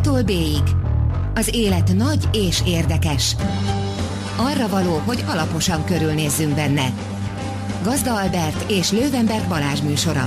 A-tól B-ig. Az élet nagy és érdekes. Arra való, hogy alaposan körülnézzünk benne. Gazda Albert és Löwenberg Balázs műsora.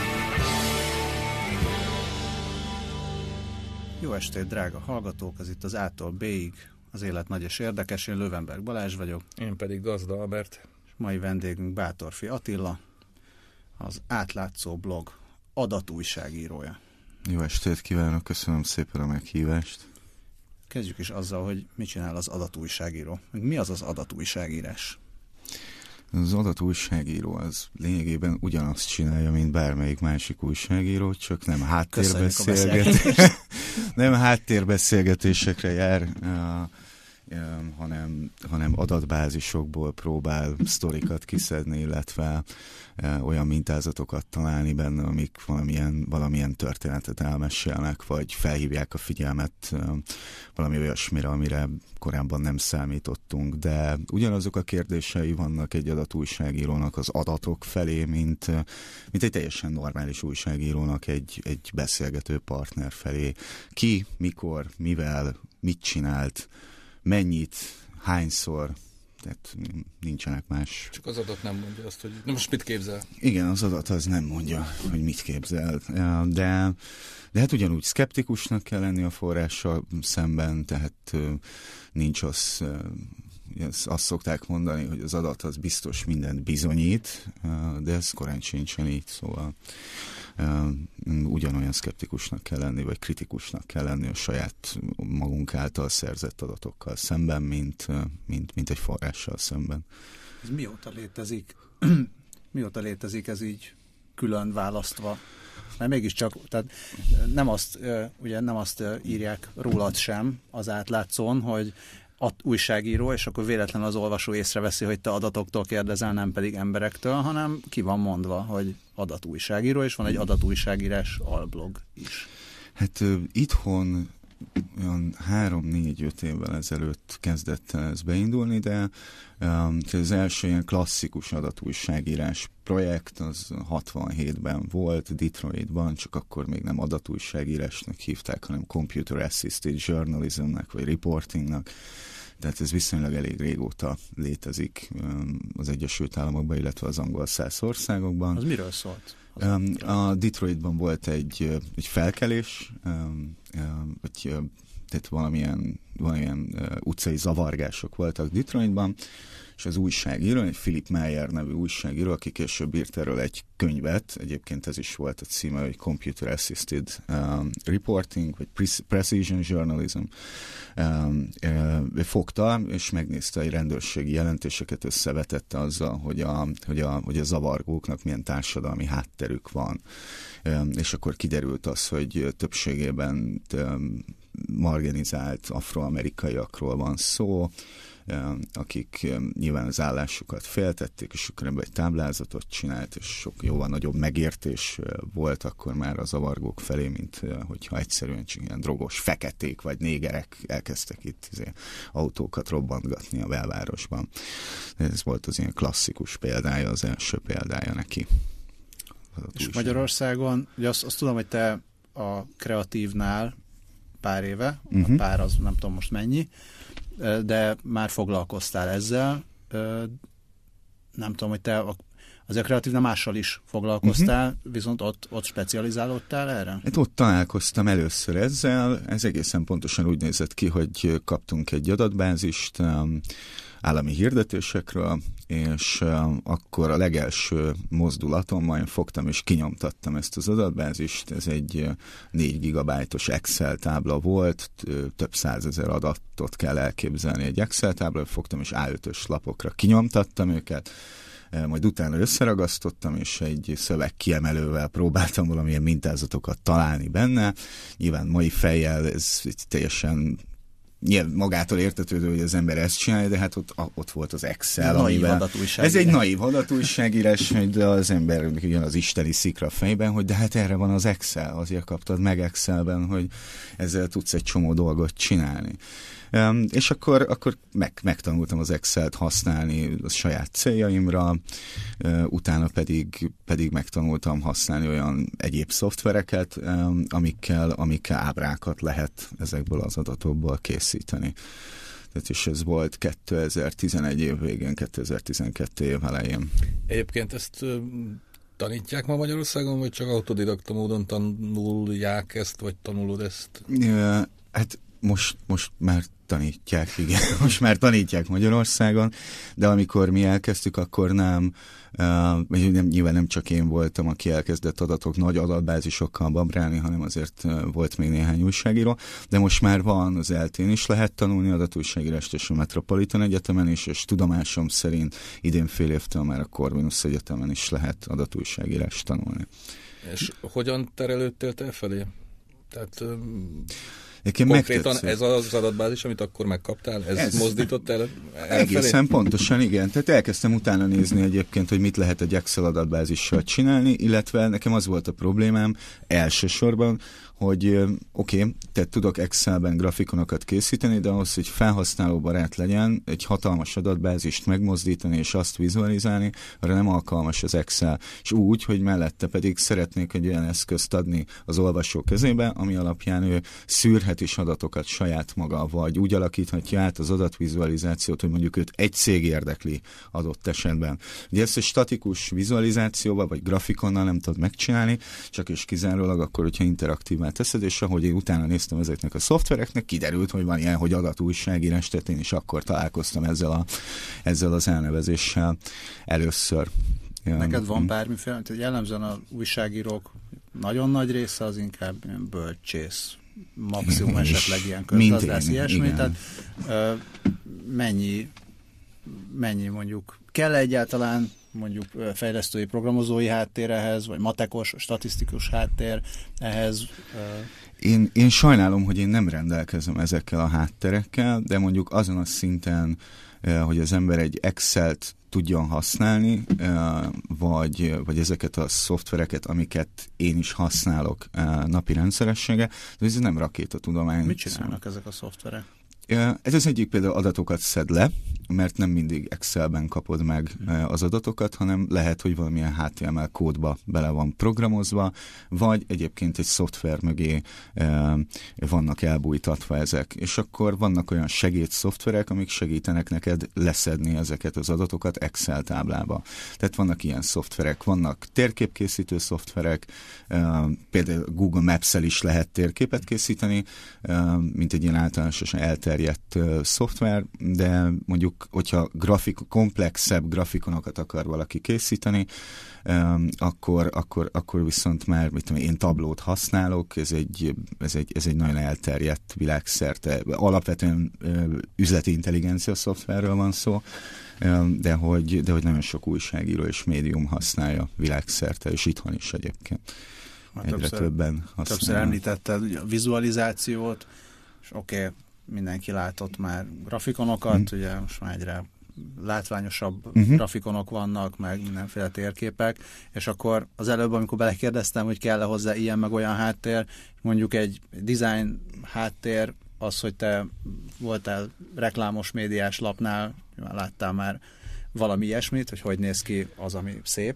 Jó estét, drága hallgatók! Ez itt az A-tól B-ig. Az élet nagy és érdekes. Én Löwenberg Balázs vagyok. Én pedig Gazda Albert. Mai vendégünk Bátorfi Attila, az Átlátszó blog adatújságírója. Jó estét kívánok, köszönöm szépen a meghívást. Kezdjük is azzal, hogy mit csinál az adatújságíró. Mi az az adatújságírás? Az adatújságíró az lényegében ugyanazt csinálja, mint bármelyik másik újságíró, csak nem háttérbeszélgetésekre jár, hanem adatbázisokból próbál sztorikat kiszedni, illetve olyan mintázatokat találni benne, amik valamilyen történetet elmesélnek, vagy felhívják a figyelmet valami olyasmire, amire korábban nem számítottunk. De ugyanazok a kérdései vannak egy adatújságírónak az adatok felé, mint egy teljesen normális újságírónak egy beszélgető partner felé. Ki, mikor, mivel, mit csinált, mennyit, hányszor, tehát nincsenek más. Csak az adat nem mondja azt, hogy most mit képzel. Igen, az adat az nem mondja, hogy mit képzel, de hát ugyanúgy szkeptikusnak kell lenni a forrással szemben, tehát nincs az, azt szokták mondani, hogy az adat az biztos mindent bizonyít, de ez korán sincsen így, szóval ugyanolyan szkeptikusnak kell lenni, vagy kritikusnak kell lenni a saját magunk által szerzett adatokkal szemben, mint egy forrással szemben. Ez mióta létezik ez így külön választva? Mert mégiscsak, tehát nem azt írják rólad sem az Átlátszón, hogy újságíró, és akkor véletlenül az olvasó észreveszi, hogy te adatoktól kérdezel, nem pedig emberektől, hanem ki van mondva, hogy adatújságíró, és van egy adatújságírás alblog is. Hát itthon olyan 3-4-5 évvel ezelőtt kezdett ez beindulni, de az első ilyen klasszikus adatújságírás projekt az 67-ben volt, Detroitban, csak akkor még nem adatújságírásnak hívták, hanem Computer Assisted Journalismnek, vagy Reportingnak. Tehát ez viszonylag elég régóta létezik az Egyesült Államokban, illetve az angol száz országokban. Az miről szólt? A Detroitban volt egy felkelés, tehát valamilyen utcai zavargások voltak Detroitban, és az újságíró, egy Philip Meyer nevű újságíró, aki később írt erről egy könyvet, egyébként ez is volt a címe, hogy Computer Assisted Reporting, vagy Precision Journalism, fogta, és megnézte, hogy rendőrségi jelentéseket összevetette azzal, hogy a zavargóknak milyen társadalmi hátterük van. És akkor kiderült az, hogy többségében marginalizált afroamerikaiakról van szó, akik nyilván az állásukat féltették, és akkor ebből egy táblázatot csinált, és sok jóval nagyobb megértés volt akkor már a zavargók felé, mint hogyha egyszerűen csak ilyen drogos feketék vagy négerek elkezdtek itt autókat robbantgatni a belvárosban. Ez volt az ilyen klasszikus példája, az első példája neki. És Magyarországon, ugye azt tudom, hogy te a Kreatívnál pár éve, a pár az nem tudom most mennyi, de már foglalkoztál ezzel. Nem tudom, hogy te azért Kreatívnál mással is foglalkoztál, viszont ott specializálódtál erre? Hát ott találkoztam először ezzel. Ez egészen pontosan úgy nézett ki, hogy kaptunk egy adatbázist állami hirdetésekről, és akkor a legelső mozdulatommal én fogtam és kinyomtattam ezt az adatbázist. Ez egy 4 gigabájtos Excel tábla volt, több 100 000 adatot kell elképzelni egy Excel tábla, fogtam és A5-ös lapokra kinyomtattam őket, majd utána összeragasztottam, és egy szövegkiemelővel próbáltam valamilyen mintázatokat találni benne. Nyilván mai fejjel ez egy teljesen magától értetődő, hogy az ember ezt csinálja, de hát ott volt az Excel, amivel... Ez egy naív adatújságírás, hogy az ember ugyan az isteni szikra fejben, hogy de hát erre van az Excel, azért kaptad meg Excelben, hogy ezzel tudsz egy csomó dolgot csinálni. És akkor megtanultam az Excel-t használni a saját céljaimra, utána pedig megtanultam használni olyan egyéb szoftvereket, amikkel ábrákat lehet ezekből az adatokból készíteni. Tehát és ez volt 2011 év végén, 2012 év elején. Egyébként ezt tanítják ma Magyarországon, vagy csak autodidakta módon tanulják ezt, vagy tanulod ezt? Hát most már tanítják, igen. Most már tanítják Magyarországon, de amikor mi elkezdtük, akkor nyilván nem csak én voltam, aki elkezdett nagy adatbázisokkal babrálni, hanem azért volt még néhány újságíró, de most már van, az ELTE-n is lehet tanulni adatújságírást, és a Metropolitan Egyetemen is, és tudomásom szerint idén fél évtől már a Corvinus Egyetemen is lehet adatújságírást tanulni. És hogyan terelődtél te felé? Tehát... Konkrétan ez az adatbázis, amit akkor megkaptál, ez mozdított el egészen pontosan, igen. Tehát elkezdtem utána nézni egyébként, hogy mit lehet egy Excel adatbázissal csinálni, illetve nekem az volt a problémám elsősorban, hogy tehát tudok Excelben grafikonokat készíteni, de ahhoz, hogy felhasználóbarát legyen, egy hatalmas adatbázist megmozdítani és azt vizualizálni, arra nem alkalmas az Excel. És úgy, hogy mellette pedig szeretnék egy olyan eszközt adni az olvasó kezébe, ami alapján ő szűrhet is adatokat saját maga, vagy úgy alakíthatja át az adatvizualizációt, hogy mondjuk őt egy cég érdekli adott esetben. Ugye ezt egy statikus vizualizációval, vagy grafikonnal nem tudod megcsinálni, csak és kizárólag akkor, hogyha interaktívá teszed, és ahogy én utána néztem ezeknek a szoftvereknek, kiderült, hogy van ilyen, hogy adatújságírás, tehát én is akkor találkoztam ezzel az elnevezéssel először. Neked van bármiféle, tehát jellemzően az újságírók nagyon nagy része az inkább ilyen bölcsész, maximum esetleg ilyen közgazdász, ilyesmi, tehát mennyi mondjuk kell egyáltalán mondjuk fejlesztői, programozói háttér ehhez, vagy matekos, statisztikus háttér ehhez? Én sajnálom, hogy én nem rendelkezem ezekkel a hátterekkel, de mondjuk azon a szinten, hogy az ember egy Excel-t tudjon használni, vagy ezeket a szoftvereket, amiket én is használok napi rendszeressége, de ez nem rakétatudomány. Mit csinálnak ezek a szoftverek? Ez az egyik például adatokat szed le, mert nem mindig Excelben kapod meg az adatokat, hanem lehet, hogy valamilyen HTML kódba bele van programozva, vagy egyébként egy szoftver mögé vannak elbújtatva ezek. És akkor vannak olyan segédszoftverek, amik segítenek neked leszedni ezeket az adatokat Excel táblába. Tehát vannak ilyen szoftverek, vannak térképkészítő szoftverek, például Google Maps-el is lehet térképet készíteni, mint egy ilyen általánosan elterjedt szoftver, de mondjuk, hogyha komplexebb grafikonokat akar valaki készíteni, akkor viszont már én tablót használok, ez egy nagyon elterjedt világszerte. Alapvetően üzleti intelligencia szoftverről van szó, de hogy nagyon sok újságíró és médium használja világszerte, és itthon is egyébként. Egyre többen használják. Többször említetted a vizualizációt, és mindenki látott már grafikonokat, ugye most már egyre látványosabb grafikonok vannak, meg mindenféle térképek, és akkor az előbb, amikor belekérdeztem, hogy kell-e hozzá ilyen meg olyan háttér, mondjuk egy design háttér, az, hogy te voltál reklámos médiás lapnál, láttál már valami ilyesmit, hogy néz ki az, ami szép.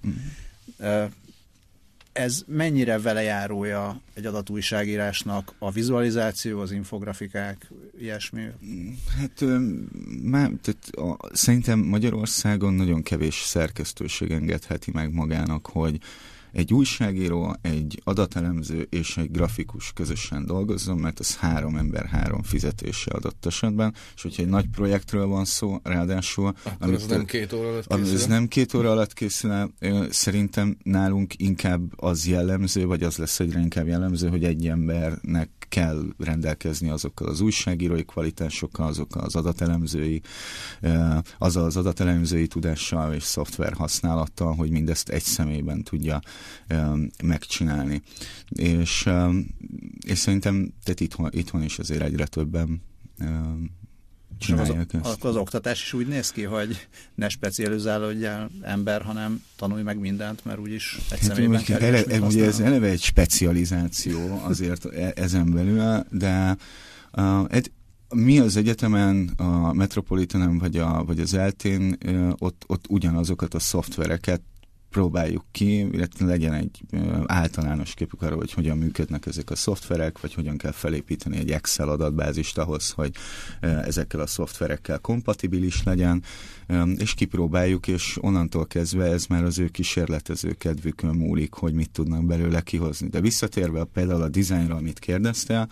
Ez mennyire velejárója egy adatújságírásnak a vizualizáció, az infografikák, ilyesmi? Hát szerintem Magyarországon nagyon kevés szerkesztőség engedheti meg magának, hogy egy újságíró, egy adatelemző és egy grafikus közösen dolgozzon, mert az 3 ember 3 fizetése adott esetben, és hogyha egy nagy projektről van szó, ráadásul... Akkor ez nem 2 óra alatt készül? Ez nem 2 óra alatt készül, szerintem nálunk inkább az jellemző, vagy az lesz egyre inkább jellemző, hogy egy embernek kell rendelkezni azokkal az újságírói kvalitásokkal, azokkal az adatelemzői, azzal az adatelemzői tudással és szoftver használattal, hogy mindezt egy személyben tudja megcsinálni. És szerintem tehát itthon is azért egyre többen csinálják ezt. Az oktatás is úgy néz ki, hogy ne specializálódjál ember, hanem tanulj meg mindent, mert úgyis egy személyben kell. Ugye ez eleve egy specializáció azért ezen belül, de mi az egyetemen, a Metropolitanen vagy az ELTE-n ott ugyanazokat a szoftvereket próbáljuk ki, illetve legyen egy általános képük arról, hogy hogyan működnek ezek a szoftverek, vagy hogyan kell felépíteni egy Excel adatbázist ahhoz, hogy ezekkel a szoftverekkel kompatibilis legyen, és kipróbáljuk, és onnantól kezdve ez már az ő kísérletező kedvükön múlik, hogy mit tudnak belőle kihozni. De visszatérve például a dizájnra, amit kérdeztél,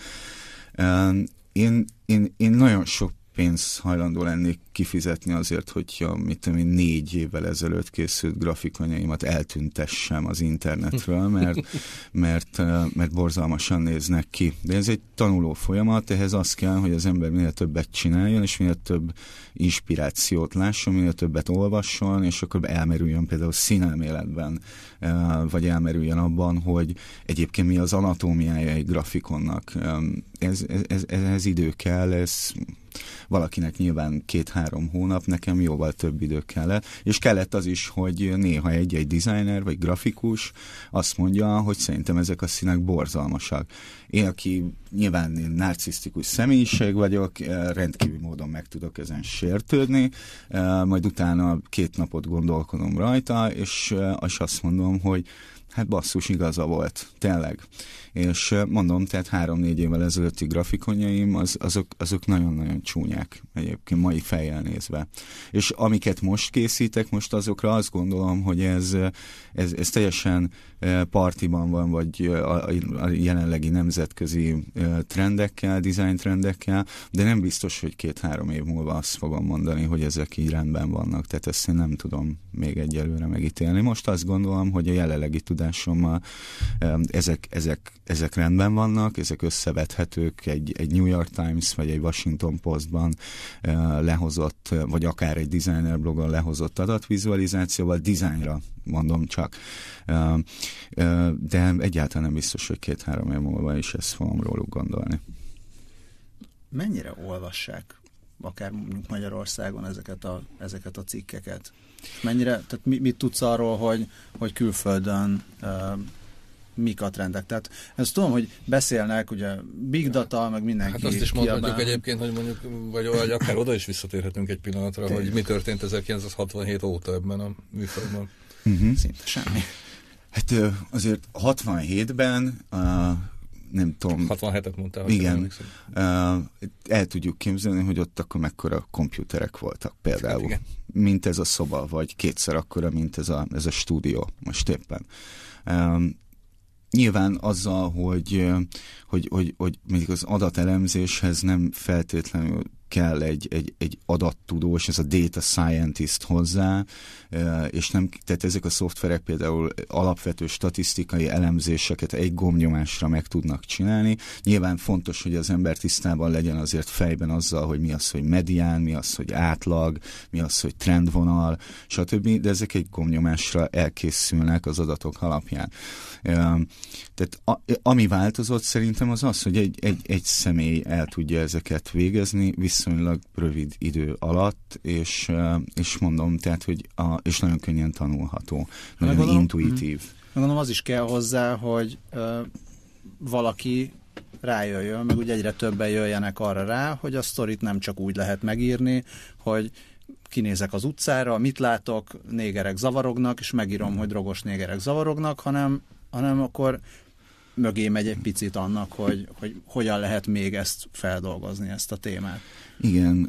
én nagyon sok pénzt hajlandó lennék kifizetni azért, hogyha 4 évvel ezelőtt készült grafikanyaimat eltüntessem az internetről, mert borzalmasan néznek ki. De ez egy tanuló folyamat, ehhez az kell, hogy az ember minél többet csináljon, és minél több inspirációt lásson, minél többet olvasson, és akkor elmerüljön például színelméletben, vagy elmerüljön abban, hogy egyébként mi az anatómiája egy grafikonnak. Ez idő kell, ez valakinek nyilván 2-3 hónap, nekem jóval több idő kellett, és kellett az is, hogy néha egy designer vagy grafikus azt mondja, hogy szerintem ezek a színek borzalmasak. Én, aki nyilván narcisztikus személyiség vagyok, rendkívül módon meg tudok ezen sértődni, majd utána 2 napot gondolkodom rajta, és azt mondom, hogy hát basszus, igaza volt, tényleg. És mondom, tehát 3-4 évvel ezelőtti grafikonjaim, azok nagyon-nagyon csúnyák egyébként mai fejjel nézve. És amiket most készítek, most azokra azt gondolom, hogy ez teljesen partiban van, vagy a jelenlegi nemzetközi trendekkel, design trendekkel, de nem biztos, hogy 2-3 év múlva azt fogom mondani, hogy ezek így rendben vannak. Tehát ezt én nem tudom még egyelőre megítélni. Most azt gondolom, hogy a jelenlegi tudásommal ezek rendben vannak, ezek összevethetők egy New York Times vagy egy Washington Postban lehozott, vagy akár egy designer blogon lehozott adatvizualizációval, dizájnra mondom csak. De egyáltalán nem biztos, hogy 2-3 év múlva is ezt fogom róluk gondolni. Mennyire olvassák akár Magyarországon ezeket a cikkeket? Mennyire, tehát mit tudsz arról, hogy külföldön mik a trendek? Tehát ezt tudom, hogy beszélnek, ugye big data, meg mindenki. Hát azt is mondhatjuk egyébként, hogy mondjuk, vagy akár oda is visszatérhetünk egy pillanatra, hogy mi történt 1967 óta ebben a műfajban. Szinte semmi. Hát azért 67-ben nem tudom. 67-et mondtál. Igen. El tudjuk képzelni, hogy ott akkor mekkora komputerek voltak például. Hát mint ez a szoba, vagy 2-szer akkora, mint ez a stúdió most éppen. Nyilván azzal, hogy mondjuk az adatelemzéshez nem feltétlenül kell egy adattudós, ez a data scientist hozzá, és nem, tehát ezek a szoftverek például alapvető statisztikai elemzéseket egy gombnyomásra meg tudnak csinálni. Nyilván fontos, hogy az ember tisztában legyen azért fejben azzal, hogy mi az, hogy medián, mi az, hogy átlag, mi az, hogy trendvonal, stb., de ezek egy gombnyomásra elkészülnek az adatok alapján. Tehát ami változott szerintem az az, hogy egy személy el tudja ezeket végezni viszonylag rövid idő alatt, és mondom, tehát, hogy és nagyon könnyen tanulható, nagyon intuitív. Gondolom az is kell hozzá, hogy valaki rájöjjön, meg ugye egyre többen jöjjenek arra rá, hogy a sztorit nem csak úgy lehet megírni, hogy kinézek az utcára, mit látok, négerek zavarognak, és megírom, hogy drogos négerek zavarognak, hanem akkor mögé megy egy picit annak, hogy hogyan lehet még ezt feldolgozni, ezt a témát. Igen.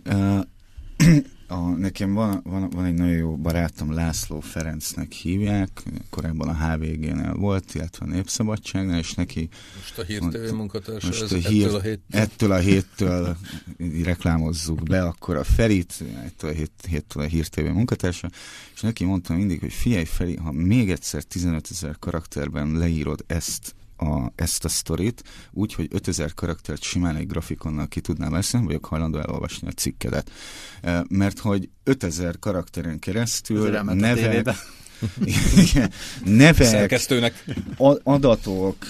Nekem van egy nagyon jó barátom, László Ferencnek hívják, korábban a HVG-nél volt, illetve a Népszabadságnál, és neki... Most a Hír TV munkatársa, ettől a héttől reklámozzuk be akkor a Ferit, ettől a héttől a Hír TV munkatársa, és neki mondtam mindig, hogy figyelj Feri, ha még egyszer 15 000 karakterben leírod ezt a sztorit, úgy, hogy 5000 karaktert simán egy grafikonnal ki tudnám veszni, nem vagyok hajlandó elolvasni a cikkedet. Mert hogy 5000 karakteren keresztül nevek, szerkesztőnek, adatok,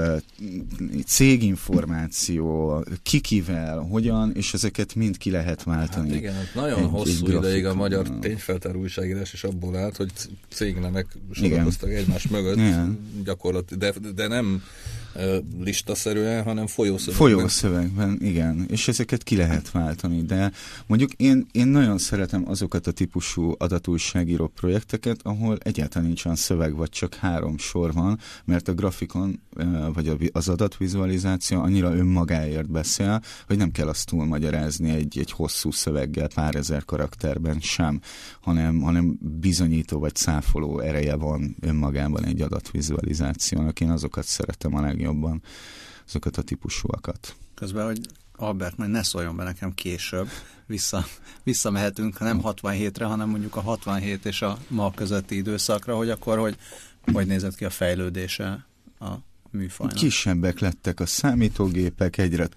céginformáció, kikivel, hogyan, és ezeket mind ki lehet váltani. Hát igen, nagyon hosszú ideig a magyar tényfeltáró újságírás is abból állt, hogy cégnemek sorakoztak egymás mögött, gyakorlatilag, de nem listaszerűen, hanem folyószövegben, igen, és ezeket ki lehet váltani, de mondjuk én nagyon szeretem azokat a típusú adatújságíró projekteket, ahol egyáltalán nincs olyan szöveg, vagy csak 3 sor van, mert a grafikon, vagy az adatvizualizáció annyira önmagáért beszél, hogy nem kell azt túlmagyarázni egy hosszú szöveggel, pár ezer karakterben sem, hanem bizonyító vagy cáfoló ereje van önmagában egy adatvizualizációnak. Én azokat szeretem a legjobban, azokat a típusúakat. Közben, hogy Albert, majd ne szóljon be nekem később, visszamehetünk, nem 67-re, hanem mondjuk a 67 és a ma közötti időszakra, hogy akkor hogy nézett ki a fejlődése a műfajnak. Kisebbek lettek a számítógépek, egyre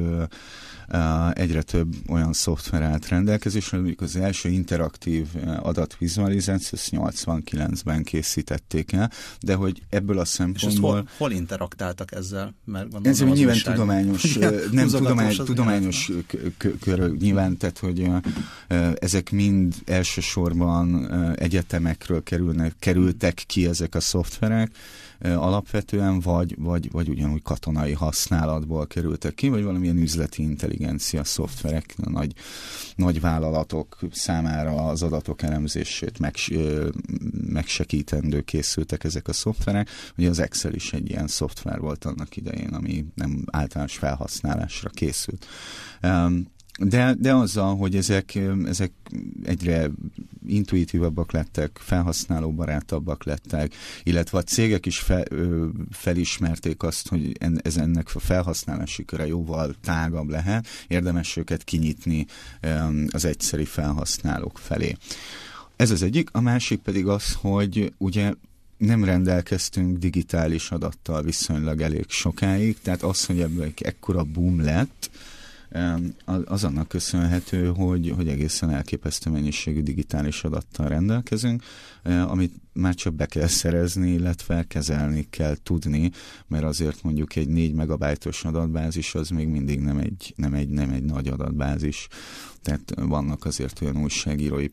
több olyan szoftver állt rendelkezésre, mondjuk az első interaktív adatvizualizáció 89-ben készítették el, de hogy ebből a szempontból... És hol interaktáltak ezzel? Mert ez nyilván tudományos körök nyilván, tehát hogy ezek mind elsősorban egyetemekről kerültek ki ezek a szoftverek, alapvetően vagy ugyanúgy katonai használatból kerültek ki, vagy valamilyen üzleti intelligencia szoftverek, nagy vállalatok számára az adatok elemzését megsegítendő készültek ezek a szoftverek. Ugye az Excel is egy ilyen szoftver volt annak idején, ami nem általános felhasználásra készült. De azzal, hogy ezek egyre intuitívabbak lettek, felhasználóbarátabbak lettek, illetve a cégek is felismerték azt, hogy ennek a felhasználási köre jóval tágabb lehet, érdemes őket kinyitni az egyszeri felhasználók felé. Ez az egyik, a másik pedig az, hogy ugye nem rendelkeztünk digitális adattal viszonylag elég sokáig, tehát az, hogy ebből ekkora boom lett, az annak köszönhető, hogy egészen elképesztő mennyiségű digitális adattal rendelkezünk, amit már csak be kell szerezni, illetve kezelni kell tudni, mert azért mondjuk egy 4 megabájtos adatbázis az még mindig nem egy nagy adatbázis. Tehát vannak azért olyan újságírói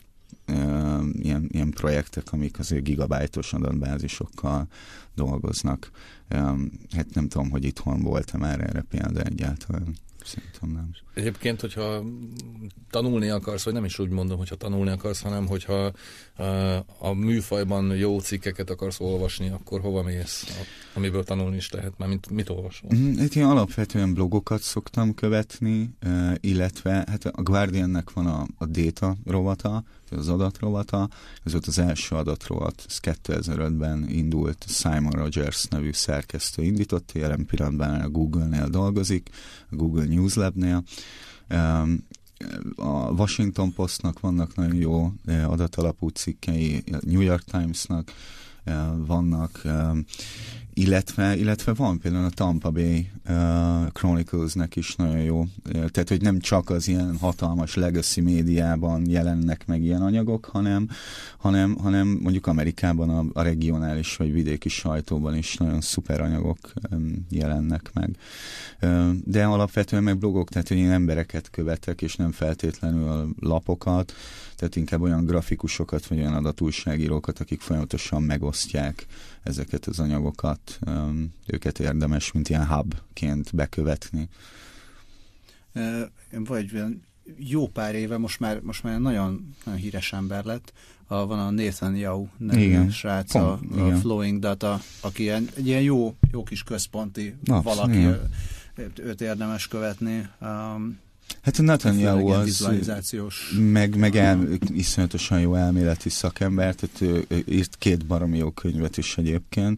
ilyen projektek, amik azért gigabájtos adatbázisokkal dolgoznak. Hát nem tudom, hogy itthon volt-e már erre példa egyáltalán. Szerintem nem. Egyébként, hogyha tanulni akarsz, vagy nem is úgy mondom, hogyha tanulni akarsz, hanem hogyha a műfajban jó cikkeket akarsz olvasni, akkor hova mész, amiből tanulni is lehet? Már mit olvasol? Én alapvetően blogokat szoktam követni, illetve hát a Guardiannek van a data rovata, az adatrovata, ez volt az első adatrovat, ez 2005-ben indult, Simon Rogers nevű szerkesztő indította, jelen pillanatban a Google-nél dolgozik, a Google News Lab-nél. A Washington Postnak vannak nagyon jó adatalapú cikkei, a New York Timesnak vannak, illetve van például a Tampa Bay Chroniclesnek is nagyon jó. Tehát, hogy nem csak az ilyen hatalmas legacy médiában jelennek meg ilyen anyagok, hanem mondjuk Amerikában a regionális vagy vidéki sajtóban is nagyon szuper anyagok jelennek meg. De alapvetően meg blogok, tehát, hogy én embereket követek, és nem feltétlenül a lapokat, tehát inkább olyan grafikusokat, vagy olyan adatújságírókat, akik folyamatosan megosztják ezeket az anyagokat. Őket érdemes, mint ilyen hubként bekövetni. Vagy jó pár éve, most már nagyon, nagyon híres ember lett. Van a Nathan Yao nevű srác, a Flowing Data, aki egy ilyen jó kis központi valaki, őt érdemes követni. Hát a Netanyahu az meg iszonyatosan jó elméleti szakember, tehát ő írt 2 baromi jó könyvet is egyébként,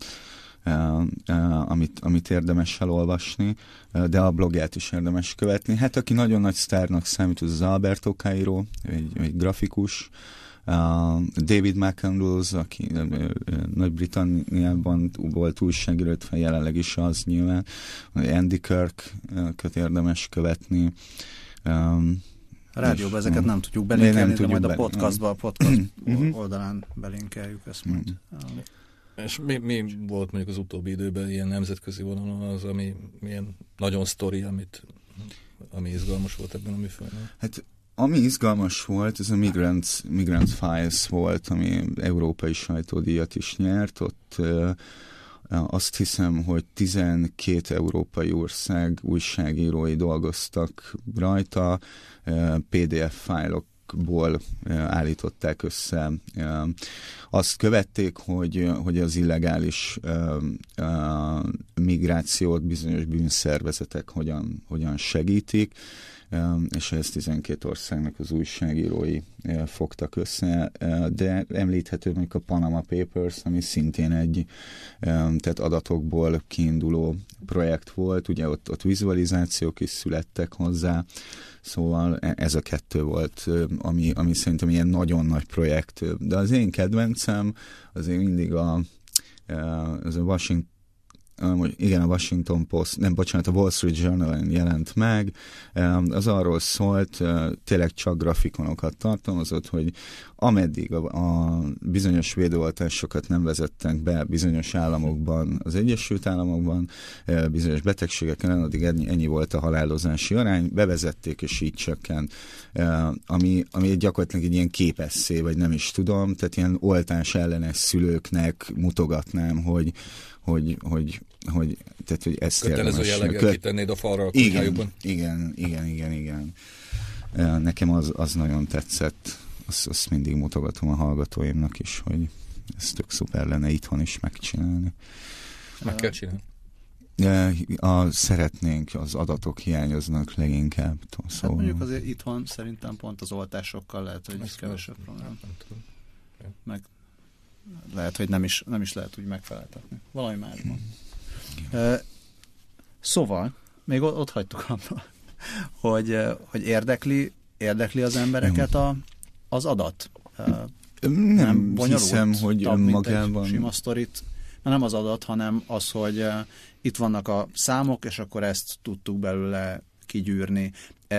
amit érdemes elolvasni, de a blogját is érdemes követni. Hát aki nagyon nagy sztárnak számít, az Alberto Cairo, egy grafikus, David McCandless, aki Nagy-Britanniában volt újságíró, jelenleg is az nyilván, Andy Kirk-köt érdemes követni. A rádióban ezeket nem tudjuk belinkelni, de majd a podcast oldalán belinkeljük ezt majd. És mi volt mondjuk az utóbbi időben ilyen nemzetközi vonalon az, ami ilyen nagyon sztori, ami izgalmas volt ebben a műfajban? Hát ami izgalmas volt, ez a Migrant Files volt, ami európai sajtódíjat is nyert. Ott azt hiszem, hogy 12 európai ország újságírói dolgoztak rajta, PDF fájlokból állították össze. Azt követték, hogy az illegális migrációt bizonyos bűnszervezetek hogyan segítik, és ez 12 országnak az újságírói fogtak össze, de említhető mondjuk a Panama Papers, ami szintén egy tehát adatokból kiinduló projekt volt, ugye ott vizualizációk is születtek hozzá, szóval ez a kettő volt, ami szerintem ilyen nagyon nagy projekt, de az én kedvencem azért mindig az a Washington Post, a Wall Street Journal-en jelent meg, az arról szólt, tényleg csak grafikonokat tartalmazott, hogy ameddig a bizonyos védőoltásokat nem vezettek be bizonyos államokban, az Egyesült Államokban, bizonyos betegségek ellen, addig ennyi volt a halálozási arány, bevezették, és így csökkent. Ami gyakorlatilag egy ilyen képesszé, vagy nem is tudom, tehát ilyen oltás ellenes szülőknek mutogatnám, hogy ezt kötelező jelleggel kitennéd a falra a konyhájukban. Igen. Nekem az nagyon tetszett. Azt mindig mutogatom a hallgatóimnak is, hogy ez tök szuper lenne itthon is megcsinálni. Meg kell csinálni. Szeretnénk, az adatok hiányoznak leginkább. Hát mondjuk azért itthon szerintem pont az oltásokkal lehet, hogy kevesebb probléma. Meg lehet, hogy nem is lehet úgy megfeleltetni. Valami másban. Szóval, még ott hagytuk abban, hogy érdekli az embereket az adat. Nem hiszem, hogy önmagában... Sima sztorit, nem az adat, hanem az, hogy itt vannak a számok, és akkor ezt tudtuk belőle kigyűrni.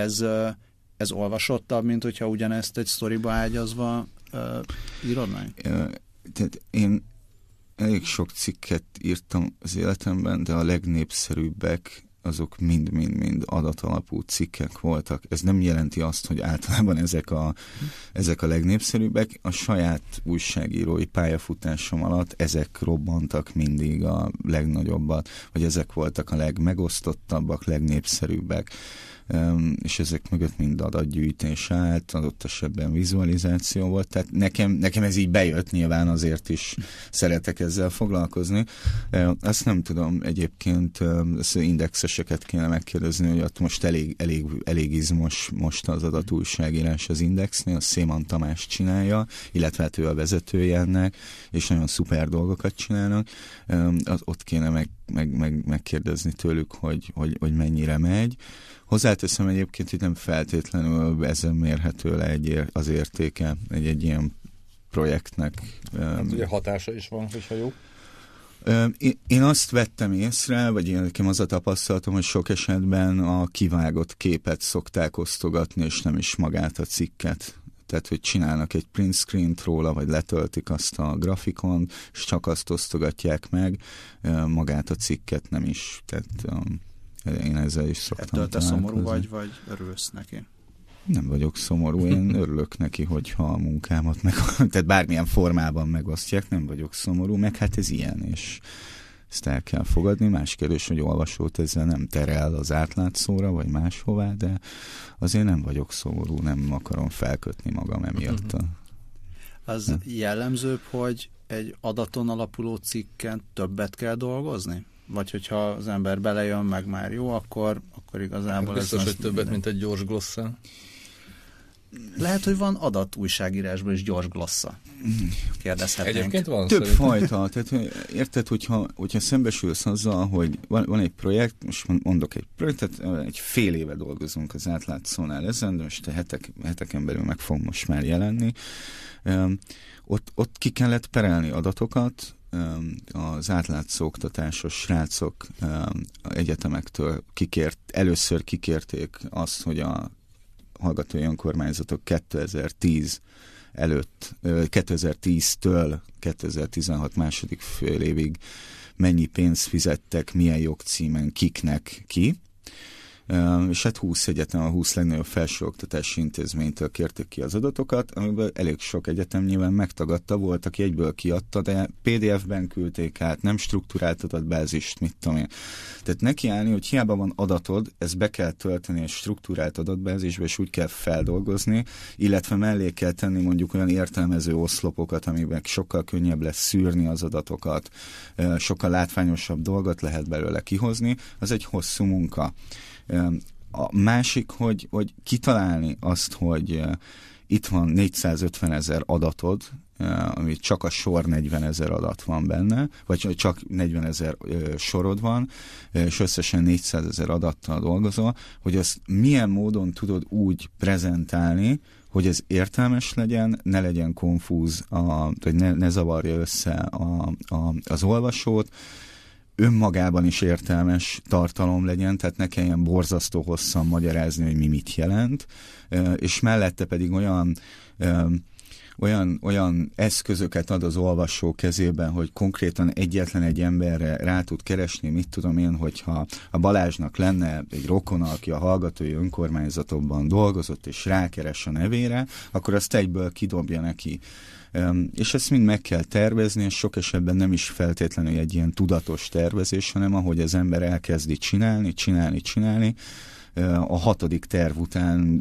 Ez olvasottabb, mint hogyha ugyanezt egy sztoriba ágyazva írod meg? Tehát én elég sok cikket írtam az életemben, de a legnépszerűbbek azok mind adatalapú cikkek voltak. Ez nem jelenti azt, hogy általában ezek a legnépszerűbbek. A saját újságírói pályafutásom alatt ezek robbantak mindig a legnagyobbat, vagy ezek voltak a legmegosztottabbak, legnépszerűbbek. És ezek mögött mind adatgyűjtés állt, adott esetben vizualizáció volt, tehát nekem ez így bejött, nyilván azért is szeretek ezzel foglalkozni. Azt nem tudom, egyébként az indexeseket kéne megkérdezni, hogy ott most elég izmos most az adatújságírás az Indexnél, a Széman Tamás csinálja, illetve hát ő a vezetője ennek, és nagyon szuper dolgokat csinálnak. Ott kéne megkérdezni tőlük, hogy mennyire megy. Hozzáteszem egyébként, hogy nem feltétlenül ezen mérhető le az értéke egy ilyen projektnek. Hát ugye hatása is van, hogyha jó. Én azt vettem észre, vagy nekem az a tapasztalatom, hogy sok esetben a kivágott képet szokták osztogatni, és nem is magát a cikket. Tehát, hogy csinálnak egy print screen-t róla, vagy letöltik azt a grafikon, és csak azt osztogatják meg, magát a cikket nem is. Tehát én ezzel is szoktam találkozni. Ettől te szomorú vagy örülsz neki? Nem vagyok szomorú, én örülök neki, hogyha a munkámat tehát bármilyen formában megosztják, nem vagyok szomorú, meg hát ez ilyen, és ezt el kell fogadni. Más kérdés, hogy olvasót ezzel nem terel az átlátszóra, vagy máshová, de azért nem vagyok szomorú, nem akarom felkötni magam emiatt. Az jellemzőbb, hogy egy adaton alapuló cikken többet kell dolgozni? Vagy hogyha az ember belejön, meg már jó, akkor igazából... Biztos, hogy többet, mint egy gyors glosszál. Lehet, hogy van adat újságírásból is gyors glossza. Kérdezhetnénk. Egyébként van. Több fajta. Tehát, érted, hogyha szembesülsz azzal, hogy van egy projekt, most mondok egy projektet, egy fél éve dolgozunk az átlátszónál ezen, de most heteken belül meg fog most már jelenni. Ott ki kellett perelni adatokat, az átlátszó oktatásos srácok egyetemektől először kikérték azt, hogy hallgatói önkormányzatok 2010-től 2016 második fél évig mennyi pénzt fizettek, milyen jogcímen, kiknek ki. És hát 20 egyetem, a 20 legnagyobb felsőoktatási intézménytől kérték ki az adatokat, amiből elég sok egyetem nyilván megtagadta, volt, aki egyből kiadta, de PDF-ben küldték át, nem strukturált adatbázist, mit tudom én. Tehát nekiállni, hogy hiába van adatod, ezt be kell tölteni egy struktúrált adatbázisba, és úgy kell feldolgozni, illetve mellé kell tenni mondjuk olyan értelmező oszlopokat, amiben sokkal könnyebb lesz szűrni az adatokat, sokkal látványosabb dolgot lehet belőle kihozni, az egy hosszú munka. A másik, hogy kitalálni azt, hogy itt van 450 000 adatod, ami csak a sor 40 000 adat van benne, vagy csak 40 000 sorod van, és összesen 400 000 adattal dolgozol, hogy azt milyen módon tudod úgy prezentálni, hogy ez értelmes legyen, ne legyen konfúz, hogy ne zavarja össze az olvasót, önmagában is értelmes tartalom legyen, tehát ne kelljen borzasztó hosszan magyarázni, hogy mi mit jelent, és mellette pedig olyan eszközöket ad az olvasó kezében, hogy konkrétan egyetlen egy emberre rá tud keresni, mit tudom én, hogyha a Balázsnak lenne egy rokona, aki a hallgatói önkormányzatokban dolgozott, és rákeres a nevére, akkor azt egyből kidobja neki. És ezt mind meg kell tervezni, és sok esetben nem is feltétlenül egy ilyen tudatos tervezés, hanem ahogy az ember elkezdi csinálni, a 6. terv után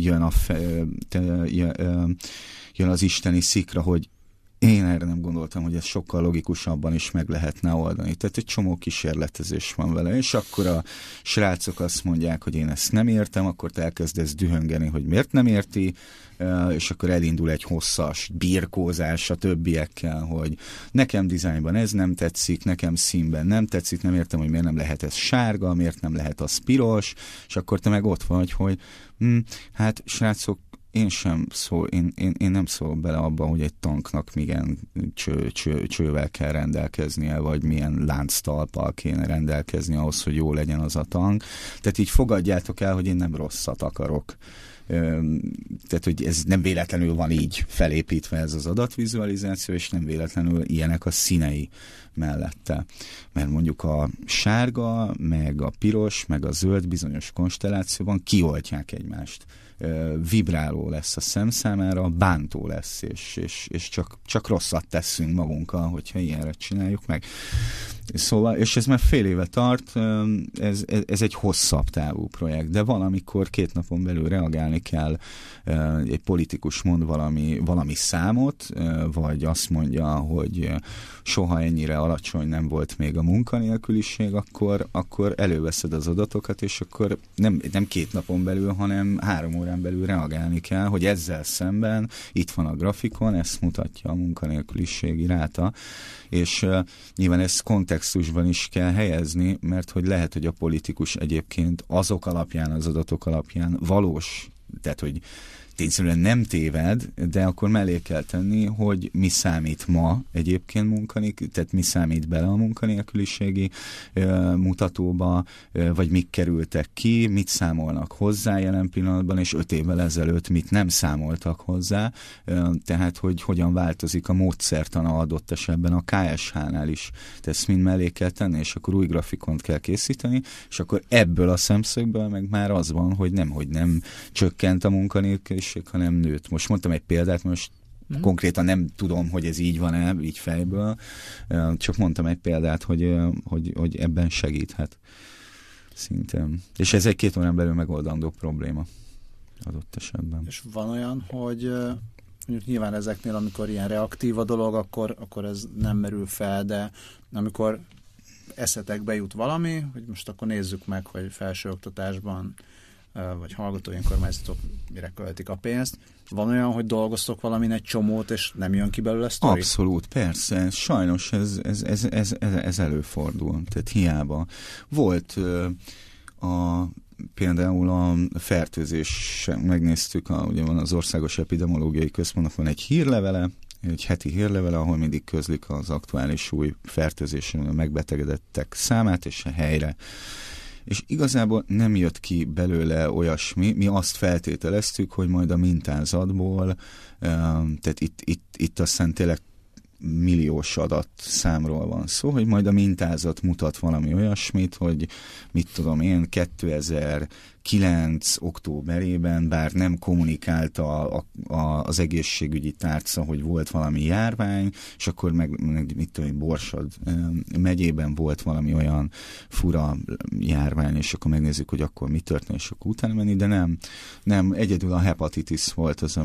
jön az isteni szikra, hogy én erre nem gondoltam, hogy ezt sokkal logikusabban is meg lehetne oldani. Tehát egy csomó kísérletezés van vele, és akkor a srácok azt mondják, hogy én ezt nem értem, akkor te elkezdesz dühöngeni, hogy miért nem érti, és akkor elindul egy hosszas birkózás a többiekkel, hogy nekem dizájnban ez nem tetszik, nekem színben nem tetszik, nem értem, hogy miért nem lehet ez sárga, miért nem lehet az piros, és akkor te meg ott vagy, hogy hát srácok, én nem szól bele abba, hogy egy tanknak milyen csővel kell rendelkeznie, vagy milyen lánctalppal kéne rendelkezni ahhoz, hogy jó legyen az a tank. Tehát így fogadjátok el, hogy én nem rosszat akarok. Tehát, hogy ez nem véletlenül van így felépítve ez az adatvizualizáció, és nem véletlenül ilyenek a színei mellette. Mert mondjuk a sárga, meg a piros, meg a zöld bizonyos konstellációban kioltják egymást. Vibráló lesz a szem számára, bántó lesz, és csak rosszat teszünk magunkkal, hogyha ilyenre csináljuk meg. Szóval, és ez már fél éve tart, ez egy hosszabb távú projekt, de valamikor 2 napon belül reagálni kell, egy politikus mond valami számot, vagy azt mondja, hogy soha ennyire alacsony nem volt még a munkanélküliség, akkor előveszed az adatokat, és akkor nem 2 napon belül, hanem 3 órán belül reagálni kell, hogy ezzel szemben itt van a grafikon, ezt mutatja a munkanélküliségi ráta, és nyilván ezt kontextusban is kell helyezni, mert hogy lehet, hogy a politikus egyébként azok alapján, az adatok alapján valós, tehát hogy tényszerűen nem téved, de akkor mellé kell tenni, hogy mi számít ma egyébként tehát mi számít bele a munkanélküliségi mutatóba, vagy mik kerültek ki, mit számolnak hozzá jelen pillanatban, és 5 évvel ezelőtt mit nem számoltak hozzá, tehát hogy hogyan változik a módszertana adott esetben a KSH-nál is. Tehát ezt mind mellé kell tenni, és akkor új grafikont kell készíteni, és akkor ebből a szemszögből meg már az van, hogy nem csökkent a munkanélküliség, hanem nőtt. Most mondtam egy példát, most konkrétan nem tudom, hogy ez így van-e, így fejből, csak mondtam egy példát, hogy ebben segíthet szintén. És ez egy 2 órán belül megoldandó probléma adott esetben. És van olyan, hogy mondjuk nyilván ezeknél, amikor ilyen reaktív a dolog, akkor ez nem merül fel, de amikor eszetekbe jut valami, hogy most akkor nézzük meg, hogy felsőoktatásban vagy hallgatói önkormányzatok mire költik a pénzt. Van olyan, hogy dolgoztok valamin egy csomót, és nem jön ki belőle sztori? Abszolút, persze. Sajnos ez előfordul. Tehát hiába. Volt például a fertőzés, megnéztük, ugye van az Országos Epidemiológiai Központnak van egy hírlevele, egy heti hírlevele, ahol mindig közlik az aktuális új fertőzésen megbetegedettek számát és a helyre. és igazából nem jött ki belőle olyasmi, mi azt feltételeztük, hogy majd a mintázatból, tehát itt aztán tényleg milliós adatszámról van szó, hogy majd a mintázat mutat valami olyasmit, hogy mit tudom én, 2009. októberében, bár nem kommunikálta az egészségügyi tárca, hogy volt valami járvány, és akkor meg mit tudom, Borsod megyében volt valami olyan fura járvány, és akkor megnézzük, hogy akkor mi történt, és akkor utána menni, de nem egyedül a hepatitis volt az,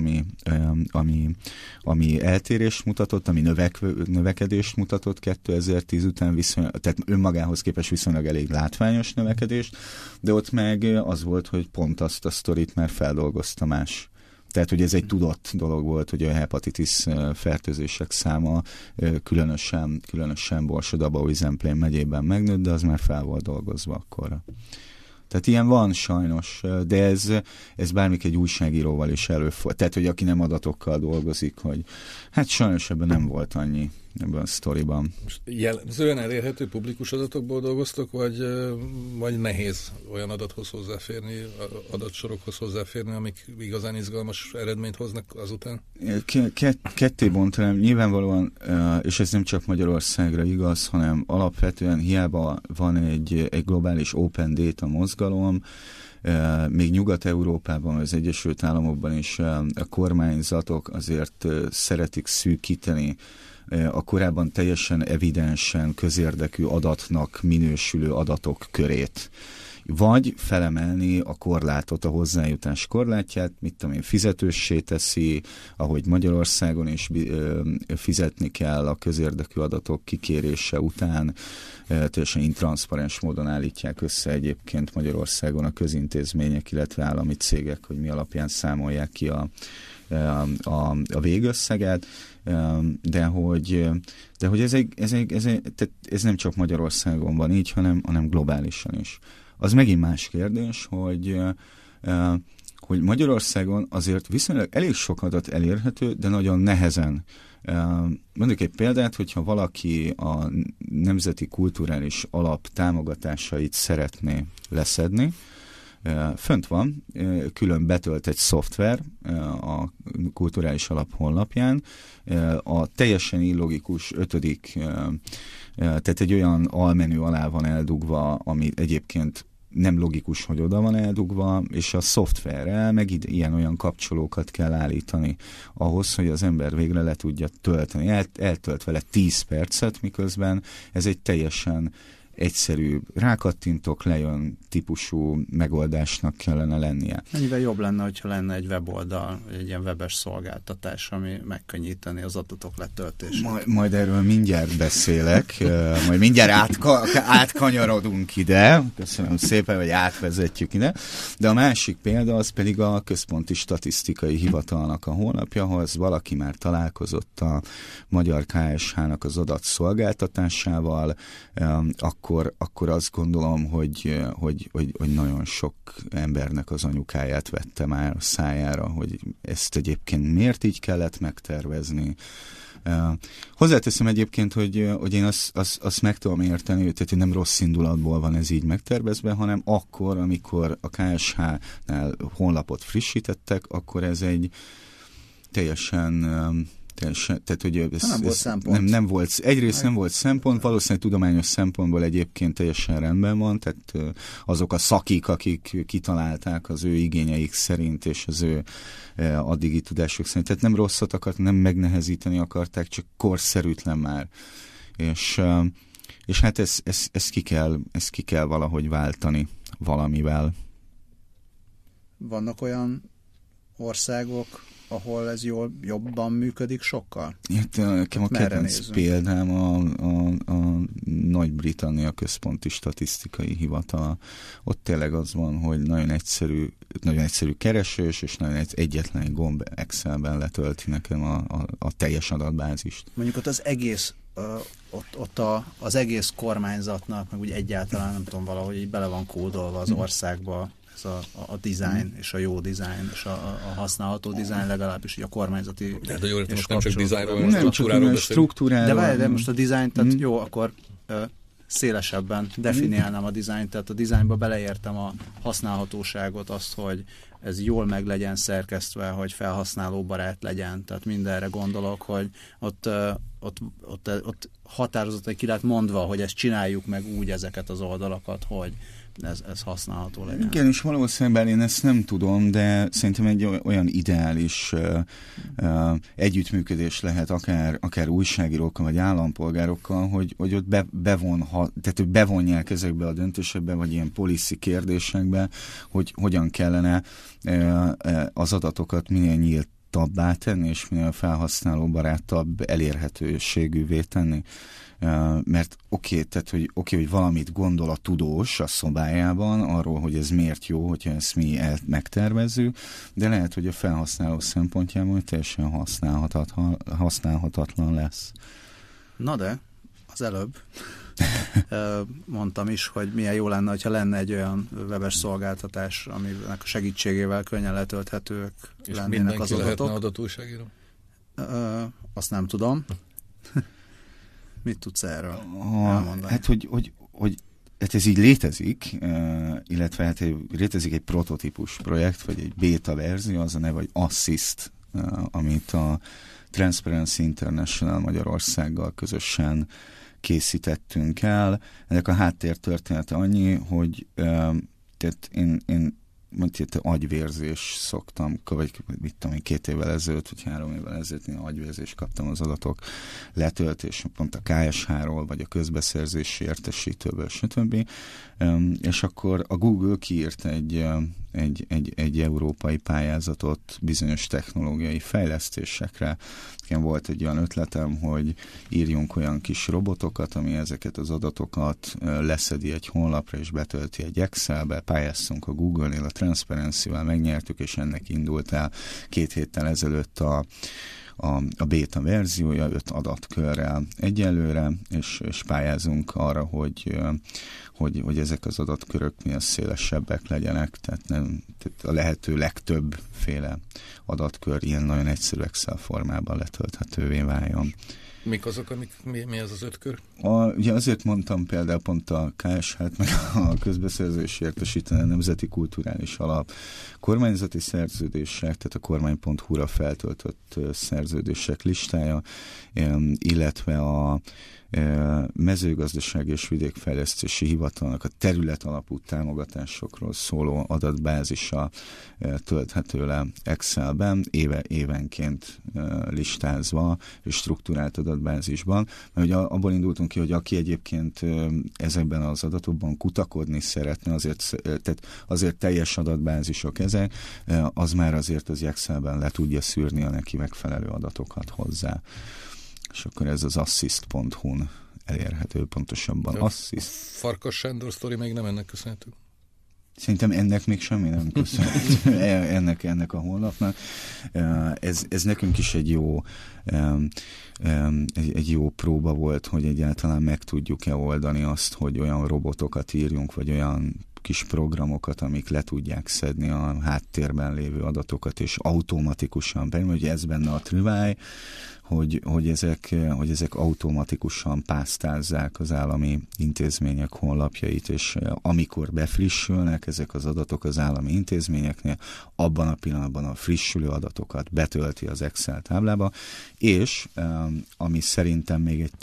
ami eltérést mutatott, ami növekedést mutatott 2010 után, tehát önmagához képest viszonylag elég látványos növekedést, de ott meg az volt, hogy pont azt a sztorit már feldolgozta más. Tehát, hogy ez egy tudott dolog volt, hogy a hepatitis fertőzések száma különösen Borsod-Abaúj-Zemplén megyében megnőtt, de az már fel volt dolgozva akkorra. Tehát ilyen van sajnos, de ez bármik egy újságíróval is előfordul. Tehát, hogy aki nem adatokkal dolgozik, hogy hát sajnos ebben nem volt annyi ebben a sztoriban. Jellemzően elérhető publikus adatokból dolgoztok, vagy nehéz olyan adathoz hozzáférni, adatsorokhoz hozzáférni, amik igazán izgalmas eredményt hoznak azután? Ketté bontanám, nyilvánvalóan, és ez nem csak Magyarországra igaz, hanem alapvetően hiába van egy globális open data mozgalom, még Nyugat-Európában, az Egyesült Államokban is a kormányzatok azért szeretik szűkíteni a korábban teljesen evidensen közérdekű adatnak minősülő adatok körét. Vagy felemelni a korlátot, a hozzájutás korlátját, mit tudom én, fizetőssé teszi, ahogy Magyarországon is fizetni kell a közérdekű adatok kikérése után, teljesen intranszparens módon állítják össze egyébként Magyarországon a közintézmények, illetve állami cégek, hogy mi alapján számolják ki a végösszeget, de hogy ez nem csak Magyarországon van így, hanem globálisan is. Az megint más kérdés, hogy Magyarországon azért viszonylag elég sok adat elérhető, de nagyon nehezen. Mondjuk egy példát, hogyha valaki a Nemzeti Kulturális Alap támogatásait szeretné leszedni, fönt van, külön betölt egy szoftver a Kulturális Alap honlapján, a teljesen illogikus 5. Tehát egy olyan almenü alá van eldugva, ami egyébként nem logikus, hogy oda van eldugva, és a szoftverrel meg ilyen-olyan kapcsolókat kell állítani ahhoz, hogy az ember végre le tudja tölteni. Eltölt vele 10 percet, miközben ez egy teljesen egyszerű, rákattintok, lejön típusú megoldásnak kellene lennie. Ennyivel jobb lenne, hogyha lenne egy weboldal, egy ilyen webes szolgáltatás, ami megkönnyíteni az adatok letöltését. Majd erről mindjárt beszélek, majd mindjárt átkanyarodunk ide, köszönöm szépen, hogy átvezetjük ide, de a másik példa az pedig a Központi Statisztikai Hivatalnak a honlapja, ahol valaki már találkozott a magyar KSH-nak az adatszolgáltatásával, akkor azt gondolom, hogy nagyon sok embernek az anyukáját vette már a szájára, hogy ezt egyébként miért így kellett megtervezni. Hozzáteszem egyébként, hogy én azt meg tudom érteni, tehát hogy nem rossz indulatból van ez így megtervezve, hanem akkor, amikor a KSH-nál honlapot frissítettek, akkor ez egy teljesen tehát, hogy nem volt, egyrészt nem volt szempont, valószínűleg tudományos szempontból egyébként teljesen rendben van, tehát azok a szakik, akik kitalálták az ő igényeik szerint, és az ő addigi tudások szerint, tehát nem rosszat akart, nem megnehezíteni akarták, csak korszerűtlen már. És hát ezt ki kell valahogy váltani valamivel. Vannak olyan országok, ahol ez jobban működik sokkal? Hát nekem a kedvenc példám a Nagy-Britannia Központi Statisztikai Hivatala. Ott tényleg az van, hogy nagyon egyszerű keresés, és nagyon egyetlen gomb Excelben letölti nekem a teljes adatbázist. Mondjuk ott az egész az egész kormányzatnak, meg úgy egyáltalán nem tudom, valahogy így bele van kódolva az országba, ez a design, és a jó design, és a használható design, legalábbis a kormányzati... De jó, most nem csak dizájnról, hanem struktúráról beszélünk. De most a design, tehát jó, akkor szélesebben definiálnám a dizájnt, tehát a dizájnba beleértem a használhatóságot, azt, hogy ez jól meg legyen szerkesztve, hogy felhasználóbarát legyen, tehát mindenre gondolok, hogy ott határozottan ki lehet mondva, hogy ezt csináljuk meg úgy ezeket az oldalakat, hogy ez használható legyen. Igen, és valószínűleg én ezt nem tudom, de szerintem egy olyan ideális együttműködés lehet akár újságírókkal, vagy állampolgárokkal, hogy ott tehát bevonják ezekbe a döntésekbe, vagy ilyen policy kérdésekbe, hogy hogyan kellene az adatokat minél nyíltabbá tenni, és minél felhasználóbarátabb elérhetőségűvé tenni. Mert tehát, hogy valamit gondol a tudós a szobájában arról, hogy ez miért jó, hogyha ezt mi megtervezzük, de lehet, hogy a felhasználó szempontjából teljesen használhatatlan lesz. Na de, az előbb mondtam is, hogy milyen jó lenne, hogyha lenne egy olyan webes szolgáltatás, aminek a segítségével könnyen letölthetők lennének az adatok. És mindenki lehetne adatújságíró? Azt nem tudom. Mit tudsz erről elmondani? Hát, hogy ez így létezik, illetve hát létezik egy prototípus projekt, vagy egy beta verzió, az a neve, vagy Assist, amit a Transparency International Magyarországgal közösen készítettünk el. Ennek a háttértörténete annyi, hogy tehát én mondjuk agyvérzés szoktam, vagy mit tudom én, 2 évvel ezelőtt, vagy 3 évvel ezelőtt én agyvérzést kaptam az adatok letöltés, pont a KSH-ról, vagy a közbeszerzési értesítőből, stb. És akkor a Google kiírt egy európai pályázatot bizonyos technológiai fejlesztésekre. Volt egy olyan ötletem, hogy írjunk olyan kis robotokat, ami ezeket az adatokat leszedi egy honlapra és betölti egy Excelbe, pályáztunk a Google-nél, a Transparency-vel megnyertük, és ennek indult el 2 héttel ezelőtt a beta verziója 5 adatkörrel egyelőre, és pályázunk arra, hogy ezek az adatkörök minél szélesebbek legyenek, tehát a lehető legtöbbféle adatkör ilyen nagyon egyszerű Excel formában letölthetővé váljon. Mik azok, mi az az 5 kör? Ugye azért mondtam például pont a KSH-t, meg a közbeszerzési értesítő Nemzeti Kulturális Alap kormányzati szerződések, tehát a kormány.hu-ra feltöltött szerződések listája, illetve a mezőgazdasági és vidékfejlesztési hivatalnak a terület alapú támogatásokról szóló adatbázisa tölthető le Excelben, évenként listázva és strukturált adatbázisban, mert ugye abból indultunk ki, hogy aki egyébként ezekben az adatokban kutakodni szeretne, azért teljes adatbázisok ezek, az már azért az Excelben le tudja szűrni a neki megfelelő adatokat hozzá. És akkor ez az assist.hu-n elérhető pontosabban. Assist. Farkas Sándor sztori még nem ennek köszönhető? Szerintem ennek még semmi nem köszönhető. ennek a honlapnak. Ez nekünk is egy jó próba volt, hogy egyáltalán meg tudjuk-e oldani azt, hogy olyan robotokat írjunk, vagy olyan kis programokat, amik le tudják szedni a háttérben lévő adatokat, és automatikusan, mert ugye ez benne a trüváj, hogy ezek automatikusan pásztázzák az állami intézmények honlapjait, és amikor befrissülnek ezek az adatok az állami intézményeknél, abban a pillanatban a frissülő adatokat betölti az Excel táblába, és ami szerintem még egy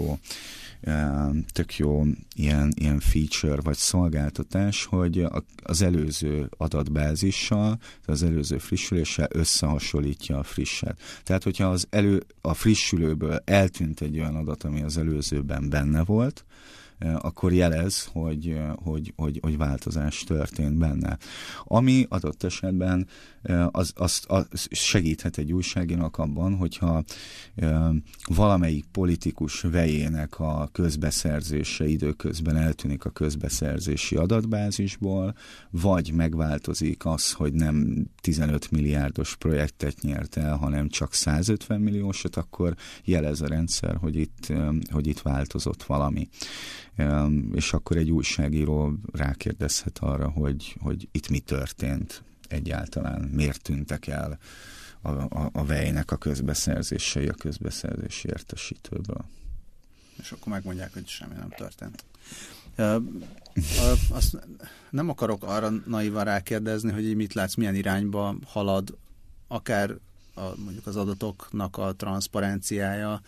tök jó ilyen feature vagy szolgáltatás, hogy az előző adatbázissal, az előző frissüléssel összehasonlítja a frisset. Tehát, hogyha a frissülőből eltűnt egy olyan adat, ami az előzőben benne volt, akkor jelez, hogy változás történt benne. Ami adott esetben az segíthet egy újságírónak abban, hogyha valamelyik politikus vejének a közbeszerzése időközben eltűnik a közbeszerzési adatbázisból, vagy megváltozik az, hogy nem 15 milliárdos projektet nyert el, hanem csak 150 milliósat, akkor jelez a rendszer, hogy itt változott valami. És akkor egy újságíró rákérdezhet arra, hogy itt mi történt egyáltalán, miért tűntek el a vejnek a közbeszerzései a közbeszerzési értesítőből. És akkor megmondják, hogy semmi nem történt. Azt nem akarok arra naivan rákérdezni, hogy így mit látsz, milyen irányba halad akár mondjuk az adatoknak a transzparenciája,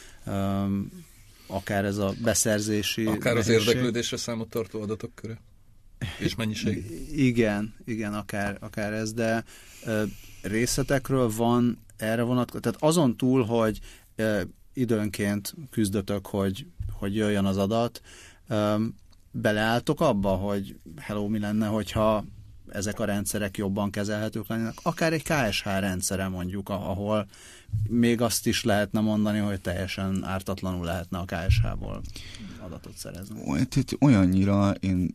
akár ez a beszerzési... Akár az érdeklődésre számot tartó adatok köre és mennyiség. Igen, akár ez, de részletekről van erre vonatkozó. Tehát azon túl, hogy időnként küzdötök, hogy jöjjön az adat, beleálltok abba, hogy mi lenne, hogyha ezek a rendszerek jobban kezelhetők lennének, akár egy KSH rendszere mondjuk, ahol még azt is lehetne mondani, hogy teljesen ártatlanul lehetne a KSH-ból adatot szerezni. Olyannyira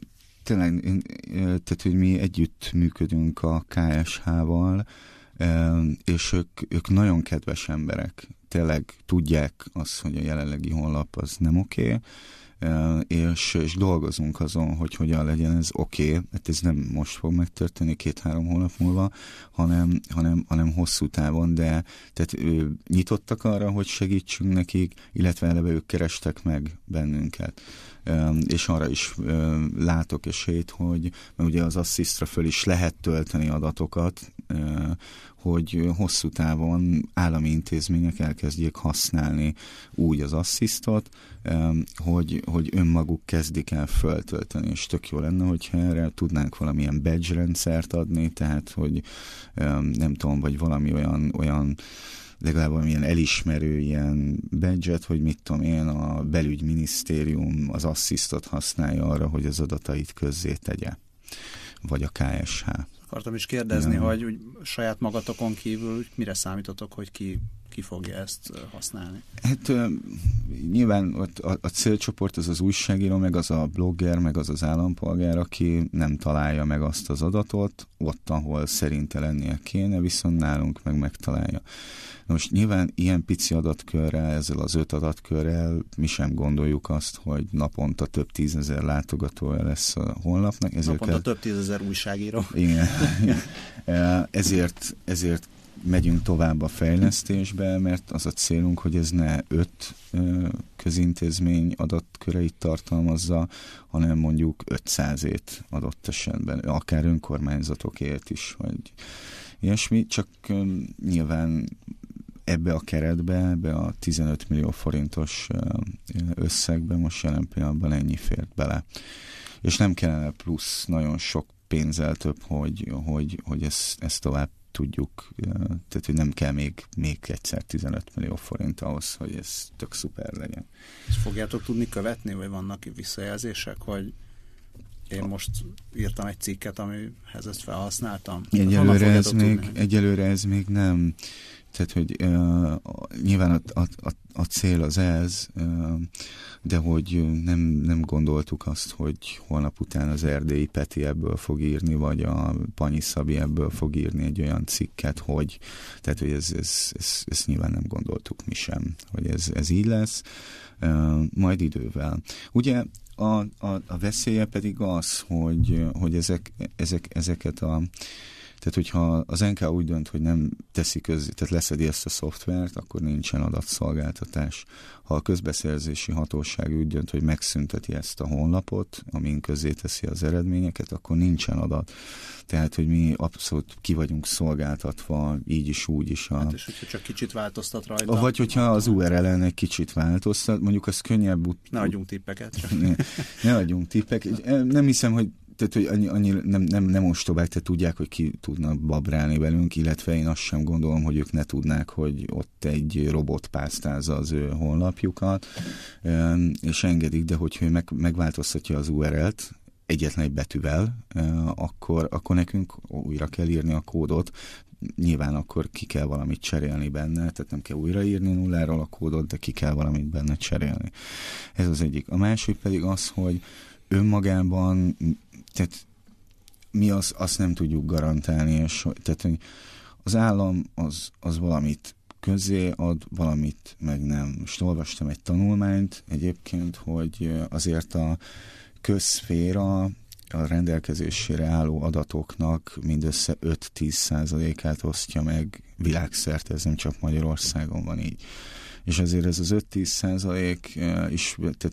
tehát, hogy mi együtt működünk a KSH-val, és ők nagyon kedves emberek. Tényleg tudják azt, hogy a jelenlegi honlap az nem oké, és dolgozunk azon, hogy hogyan legyen ez oké. Hát ez nem most fog megtörténni 2-3 hónap múlva, hanem hosszú távon, de tehát nyitottak arra, hogy segítsünk nekik, illetve eleve ők kerestek meg bennünket. És arra is látok esélyt, hogy mert ugye az Assistra föl is lehet tölteni adatokat, hogy hosszú távon állami intézmények elkezdjék használni úgy az Assistot, hogy önmaguk kezdik el föltölteni, és tök jó lenne, hogyha erre tudnánk valamilyen badge rendszert adni, tehát, hogy nem tudom, vagy valami olyan legalább valamilyen elismerő ilyen badge-et, hogy mit tudom én, a belügyminisztérium az Assistot használja arra, hogy az adatait közzé tegye, vagy a KSH. Akartam is kérdezni, hogy úgy saját magatokon kívül mire számítotok, hogy ki fogja ezt használni? Hát nyilván a célcsoport az újságíró, meg az a blogger, meg az állampolgár, aki nem találja meg azt az adatot, ott, ahol szerinte lennie kéne, viszont nálunk megtalálja. Most nyilván ilyen pici adatkörrel, ezzel az 5 adatkörrel mi sem gondoljuk azt, hogy naponta több 10.000 látogatója lesz a honlapnak. Naponta több 10.000 újságíró. Igen. Ezért megyünk tovább a fejlesztésbe, mert az a célunk, hogy ez ne 5 közintézmény adatköreit tartalmazza, hanem mondjuk 500-ét adott esetben, akár önkormányzatokért is, vagy ilyesmi, csak nyilván ebbe a keretbe, ebbe a 15 millió forintos összegbe most jelen pillanatban ennyi fért bele. És nem kellene plusz nagyon sok pénzzel több, hogy ezt tovább tudjuk, tehát hogy nem kell még egyszer 15 millió forint ahhoz, hogy ez tök szuper legyen. És fogjátok tudni követni, vagy vannak visszajelzések, hogy én most írtam egy cikket, amihez ezt felhasználtam? Egyelőre ez még nem. Tehát, hogy nyilván a cél az ez, de hogy nem gondoltuk azt, hogy holnap után az Erdélyi Peti ebből fog írni, vagy a Panyi Szabi ebből fog írni egy olyan cikket, tehát, hogy ezt nyilván nem gondoltuk mi sem, hogy ez így lesz, majd idővel. Ugye a veszélye pedig az, hogy ezeket tehát, hogyha az NK úgy dönt, hogy nem teszi közzé, tehát leszedi ezt a szoftvert, akkor nincsen adatszolgáltatás. Ha a közbeszerzési hatóság úgy dönt, hogy megszünteti ezt a honlapot, amin közzé teszi az eredményeket, akkor nincsen adat. Tehát, hogy mi abszolút ki vagyunk szolgáltatva, így is, úgy is. Hát és hogyha csak kicsit változtat rajta. Vagy hogyha az URL-en egy kicsit változtat, mondjuk az könnyebb... Ne adjunk tippeket. Ne adjunk tippek. Nem hiszem, hogy tehát, hogy annyi nem ostobák, tehát tudják, hogy ki tudnak babrálni velünk, illetve én azt sem gondolom, hogy ők ne tudnák, hogy ott egy robot pásztázza az ő honlapjukat, és engedik, de hogyha ő megváltoztatja az URL-t egyetlen egy betűvel, akkor nekünk újra kell írni a kódot, nyilván akkor ki kell valamit cserélni benne, tehát nem kell újraírni nulláról a kódot, de ki kell valamit benne cserélni. Ez az egyik. A másik pedig az, hogy önmagában, tehát mi azt nem tudjuk garantálni, és tehát az állam az valamit közzé ad, valamit meg nem. Most olvastam egy tanulmányt egyébként, hogy azért a közszféra a rendelkezésére álló adatoknak mindössze 5-10%-át osztja meg világszerte, ez nem csak Magyarországon van így. És azért ez az 5-10% is, tehát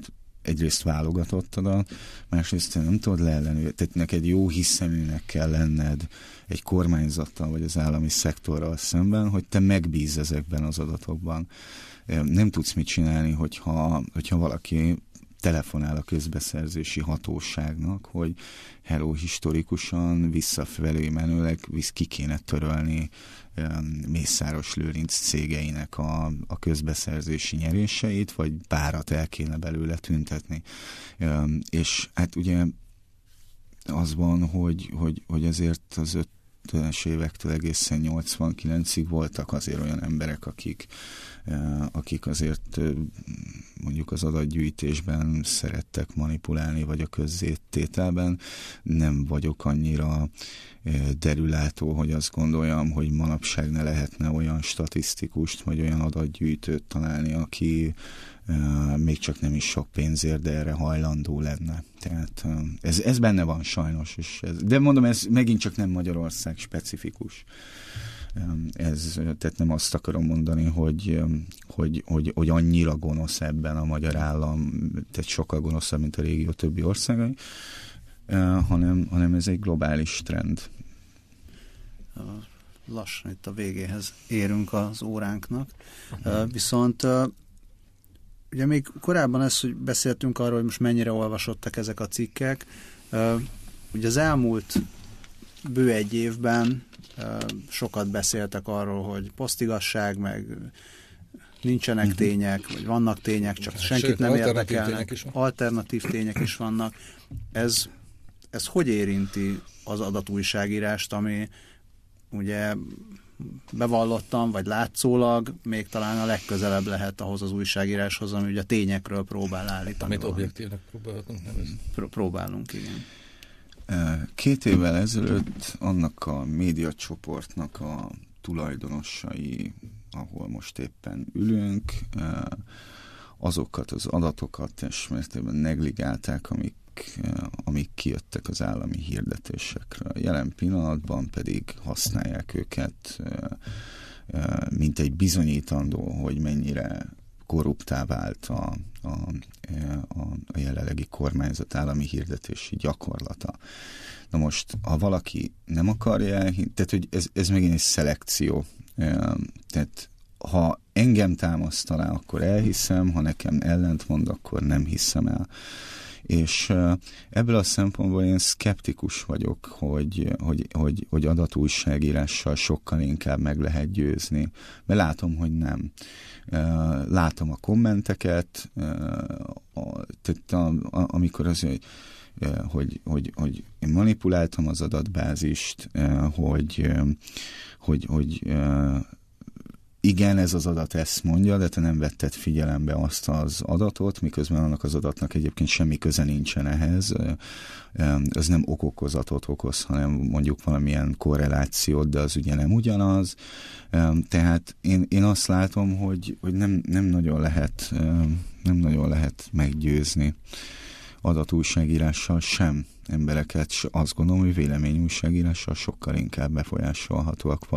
egyrészt válogatott adat, másrészt te nem tudod leellenőrizni, tehát neked jó hiszeműnek kell lenned egy kormányzattal vagy az állami szektorral szemben, hogy te megbízz ezekben az adatokban. Nem tudsz mit csinálni, hogyha valaki telefonál a közbeszerzési hatóságnak, hogy hello, historikusan visszafelé menőleg ki kéne törölni Mészáros Lőrinc cégeinek a közbeszerzési nyeréseit, vagy párat el kéne belőle tüntetni. És hát ugye az van, hogy azért az 50-es évektől egészen 89-ig voltak azért olyan emberek, akik azért mondjuk az adatgyűjtésben szerettek manipulálni, vagy a közzétételben. Nem vagyok annyira derülátó, hogy azt gondoljam, hogy manapság ne lehetne olyan statisztikust, vagy olyan adatgyűjtőt találni, aki még csak nem is sok pénzért, de erre hajlandó lenne. Tehát ez benne van sajnos. De mondom, ez megint csak nem Magyarország specifikus. Tehát nem azt akarom mondani, hogy annyira gonosz ebben a magyar állam, tehát sokkal gonoszabb, mint a régió többi országai, hanem ez egy globális trend. Lassan itt a végéhez érünk az óránknak. Viszont ugye még korábban hogy beszéltünk arról, hogy most mennyire olvasottak ezek a cikkek. Ugye az elmúlt bő egy évben sokat beszéltek arról, hogy posztigasság, meg nincsenek tények, vagy vannak tények, csak senkit nem érdekelnek. Alternatív tények is vannak. Ez hogy érinti az adatújságírást, ami ugye bevallottan, vagy látszólag még talán a legközelebb lehet ahhoz az újságíráshoz, ami ugye a tényekről próbál állítani. Amit objektívnek próbálunk nevezni. Próbálunk, igen. 2 évvel ezelőtt annak a médiacsoportnak a tulajdonosai, ahol most éppen ülünk, azokat az adatokat teljes mértékben negligálták, amik kijöttek az állami hirdetésekről. Jelen pillanatban pedig használják őket, mint egy bizonyítandó, hogy mennyire korruptá vált a jelenlegi kormányzat állami hirdetési gyakorlata. Na most, ha valaki nem akarja tehát hogy ez megint egy szelekció. Tehát ha engem támaszt alá, akkor elhiszem, ha nekem ellentmond, akkor nem hiszem el. És ebből a szempontból én szkeptikus vagyok, hogy adatújságírással sokkal inkább meg lehet győzni. Mert látom, hogy nem. Látom a kommenteket, amikor az, hogy én manipuláltam az adatbázist, hogy igen, ez az adat ezt mondja, de te nem vetted figyelembe azt az adatot, miközben annak az adatnak egyébként semmi köze nincsen ehhez. Ez nem okokozatot okoz, hanem mondjuk valamilyen korrelációt, de az ugye nem ugyanaz. Tehát én azt látom, hogy nem nagyon lehet meggyőzni adatújságírással sem embereket, azt gondolom, hogy véleményújságírással sokkal inkább befolyásolhatóak,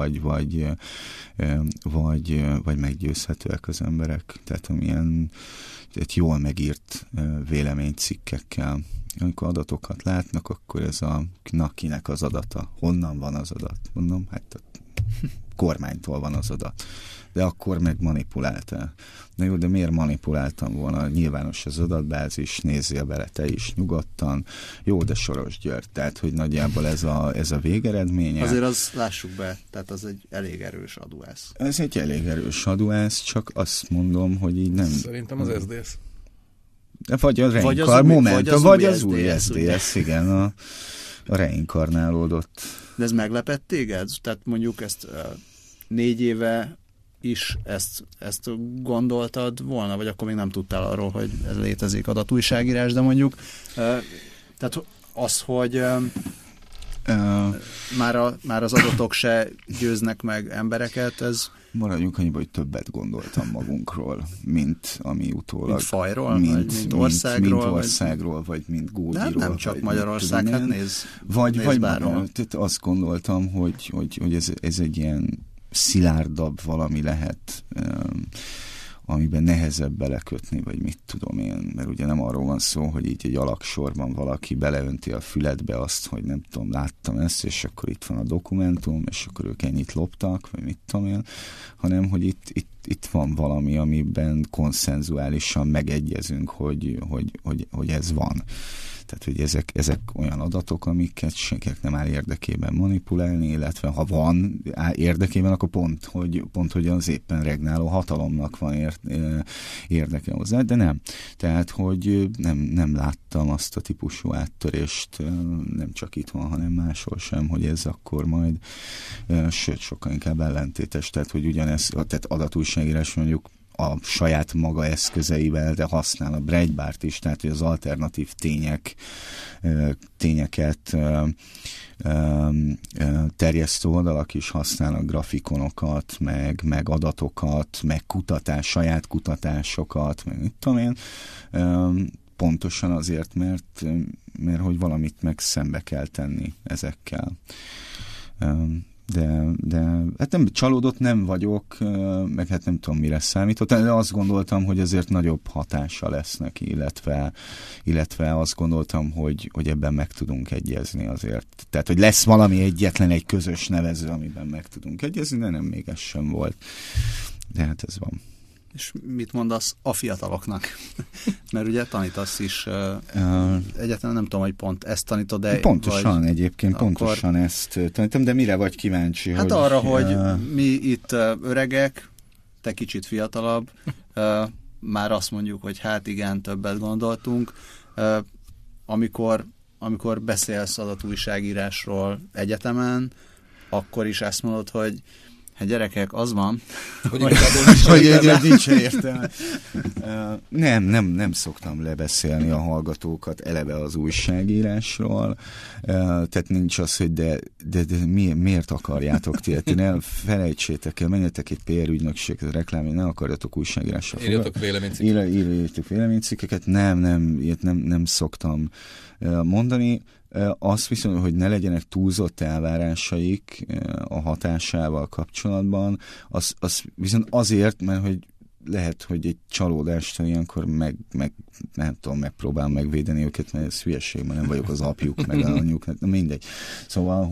vagy meggyőzhetőek az emberek. Tehát amilyen jól megírt véleménycikkekkel. Amikor adatokat látnak, akkor ez kinek az adata? Honnan van az adat? Mondom, hát a kormánytól van az adat. De akkor meg manipuláltál. Na jó, de miért manipuláltam volna? Nyilvános az adatbázis, nézzél bele te is nyugodtan. Jó, de Soros György. Tehát, hogy nagyjából ez a végeredménye. Azért az lássuk be, tehát az egy elég erős aduász. Ez egy elég erős aduász, csak azt mondom, hogy így nem... Szerintem az SZDSZ. Vagy a Reinkarnálódott, vagy az új SZDSZ, igen, a reinkarnálódott. De ez meglepett téged? Tehát mondjuk ezt 4 éve is ezt gondoltad volna, vagy akkor még nem tudtál arról, hogy ez létezik adatújságírás, de mondjuk tehát az, hogy már az adatok se győznek meg embereket, ez... Maradjunk annyiba, hogy többet gondoltam magunkról, mint ami utólag... Mint fajról, mint országról? Mint országról, vagy mint Gódiról. De nem csak Magyarország, hát nézd bárhol. Tehát azt gondoltam, hogy ez egy ilyen szilárdabb valami lehet, amiben nehezebb belekötni, vagy mit tudom én, mert ugye nem arról van szó, hogy így egy alaksorban valaki beleönti a füledbe azt, hogy nem tudom, láttam ezt, és akkor itt van a dokumentum, és akkor ők ennyit loptak, vagy mit tudom én, hanem, hogy itt van valami, amiben konszenzuálisan megegyezünk, hogy ez van. Tehát, hogy ezek olyan adatok, amiket senkinek nem áll érdekében manipulálni, illetve ha van érdekében, akkor pont hogy az éppen regnáló hatalomnak van érdeke hozzá, de nem. Tehát, hogy nem láttam azt a típusú áttörést, nem csak itthon, hanem máshol sem, hogy ez akkor majd, sőt, sokkal inkább ellentétes. Tehát, hogy ugyanez, tehát adatújságírás mondjuk a saját maga eszközeivel, de használ a Breitbart is, tehát hogy az alternatív tényeket terjesztő oldalak is használnak grafikonokat, meg adatokat, meg saját kutatásokat, meg mit tudom én, pontosan azért, mert hogy valamit meg szembe kell tenni ezekkel. De hát nem csalódott nem vagyok, meg hát nem tudom, mire számított, de azt gondoltam, hogy azért nagyobb hatása lesz neki, illetve azt gondoltam, hogy ebben meg tudunk egyezni azért. Tehát, hogy lesz valami egyetlen egy közös nevező, amiben meg tudunk egyezni, de nem, még ez sem volt. De hát ez van. És mit mondasz a fiataloknak? Mert ugye tanítasz is, egyáltalán nem tudom, hogy pont ezt tanítod, de... Pontosan vagy egyébként, akkor... pontosan ezt tanítom, de mire vagy kíváncsi? Hát arra, hogy mi itt öregek, te kicsit fiatalabb, már azt mondjuk, hogy hát igen, többet gondoltunk. Amikor beszélsz adatújságírásról egyetemen, akkor is ezt mondod, hogy hát gyerekek, az van, hogy nincs értelme. Nem szoktam lebeszélni a hallgatókat eleve az újságírásról, tehát nincs az, hogy de miért akarjátok ti? Ne felejtsétek el, menjetek egy PR ügynökséghez reklámni, ne akarjatok újságírásra. Írjatok véleménycikkeket. Írjatok véleménycikkeket. Nem szoktam mondani. Azt viszont, hogy ne legyenek túlzott elvárásaik a hatásával kapcsolatban, az viszont azért, mert hogy lehet, hogy egy csalódástól ilyenkor nem tudom, megpróbálom megvédeni őket, mert ez hülyeség, mert nem vagyok az apjuk, meg az anyjuk, hát mindegy. Szóval,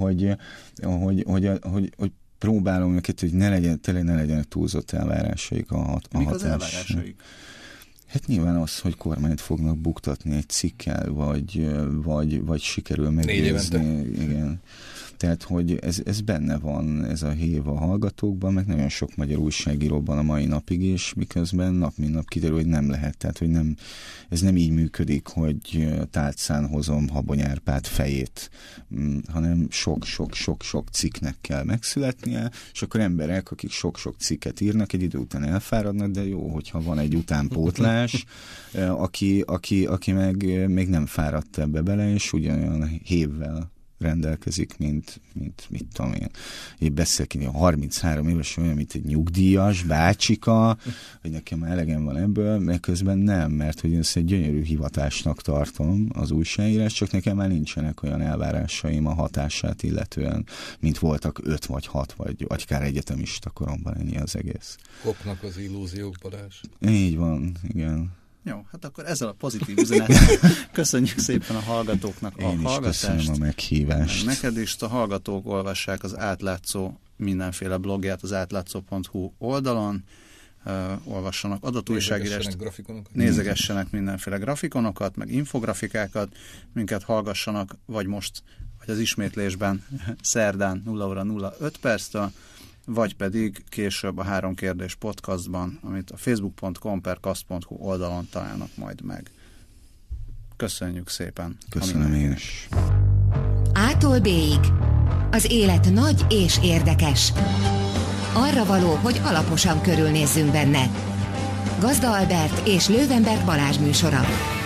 hogy próbálom őket, hogy tényleg ne legyenek túlzott elvárásaik a hatás. Mik az elvárásaik? Hát nyilván az, hogy kormányt fognak buktatni egy cikkel, vagy sikerül meggyőzni. Igen. Tehát, hogy ez benne van, ez a hév a hallgatókban, meg nagyon sok magyar újságíróban a mai napig is, miközben nap mint nap kiderül, hogy nem lehet. Tehát, hogy ez nem így működik, hogy tálcán hozom Habony Árpád fejét, hanem sok cikknek kell megszületnie, és akkor emberek, akik sok cikket írnak, egy idő után elfáradnak, de jó, hogyha van egy utánpótlás, aki meg még nem fáradt ebbe bele, és ugyanolyan hévvel rendelkezik, mint mit tudom én. Én beszélek, én 33 éves olyan, mint egy nyugdíjas bácsika, hogy nekem elegem van ebből, mert közben nem, mert hogy ezt egy gyönyörű hivatásnak tartom az újságírás, csak nekem már nincsenek olyan elvárásaim a hatását illetően, mint voltak 5 vagy 6 vagy akár egyetemista koromban, ennyi az egész. Kopnak az illúziók, Balázs. Így van, igen. Jó, hát akkor ezzel a pozitív üzenettel köszönjük szépen a hallgatóknak a hallgatást. Én is köszönöm a meghívást. Neked is, a hallgatók olvassák az Átlátszó mindenféle blogját az átlátszó.hu oldalon, olvassanak adatújságírást, nézegessenek mindenféle grafikonokat, meg infografikákat, minket hallgassanak, vagy most, vagy az ismétlésben szerdán 0 óra 05 perctől, vagy pedig később a 3 kérdés podcastban, amit a facebook.com/kast.hu oldalon találnak majd meg. Köszönjük szépen! Köszönöm én is! A-tól B-ig. Az élet nagy és érdekes. Arra való, hogy alaposan körülnézzünk benne. Gazda Albert és Löwenberg Balázs műsora.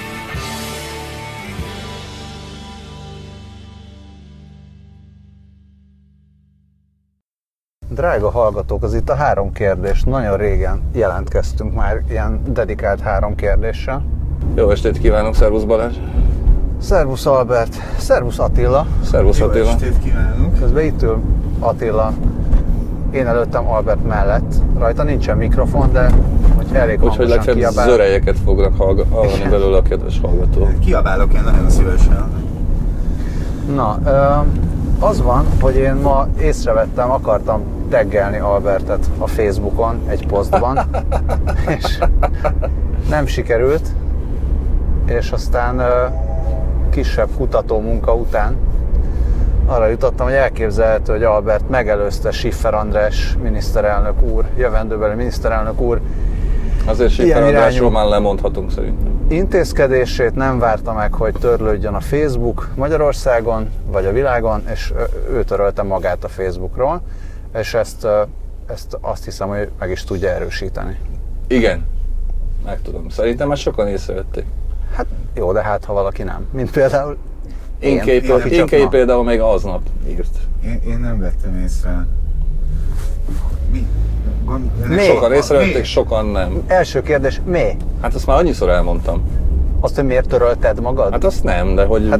Drága hallgatók, az itt a 3 kérdés. Nagyon régen jelentkeztünk már ilyen dedikált 3 kérdéssel. Jó estét kívánok, szervusz Balázs! Szervusz Albert! Szervusz Attila! Szervusz Attila! Jó estét kívánok! Közben itt ül Attila én előttem Albert mellett. Rajta nincsen mikrofon, de hogy elég Úgyhogy hangosan legfeljebb kiabál. zörejeket fognak hallani belőle a kedves hallgatók. Kiabálok én nagyon szívesen. Na, az van, hogy én ma észrevettem, akartam taggelni Albertet a Facebookon egy posztban, és nem sikerült, és aztán kisebb kutató munka után arra jutottam, hogy elképzelhető, hogy Albert megelőzte Schiffer András miniszterelnök úr, jövendőbeli miniszterelnök úr Azért Schiffer Andrásról már lemondhatunk szerintem. intézkedését, nem várta meg, hogy törlődjön a Facebook Magyarországon, vagy a világon, és ő törölte magát a Facebookról, és ezt azt hiszem, hogy meg is tudja erősíteni. Igen, meg tudom. Szerintem már sokan észrevették. Hát jó, de hát ha valaki nem. Mint például Inkei például még aznap írt. Én nem vettem észre. Mi? Sokan észrevették, sokan nem. Első kérdés, mi? Hát azt már annyiszor elmondtam. Azt, hogy miért törölted magad? Hát azt nem, de hogy...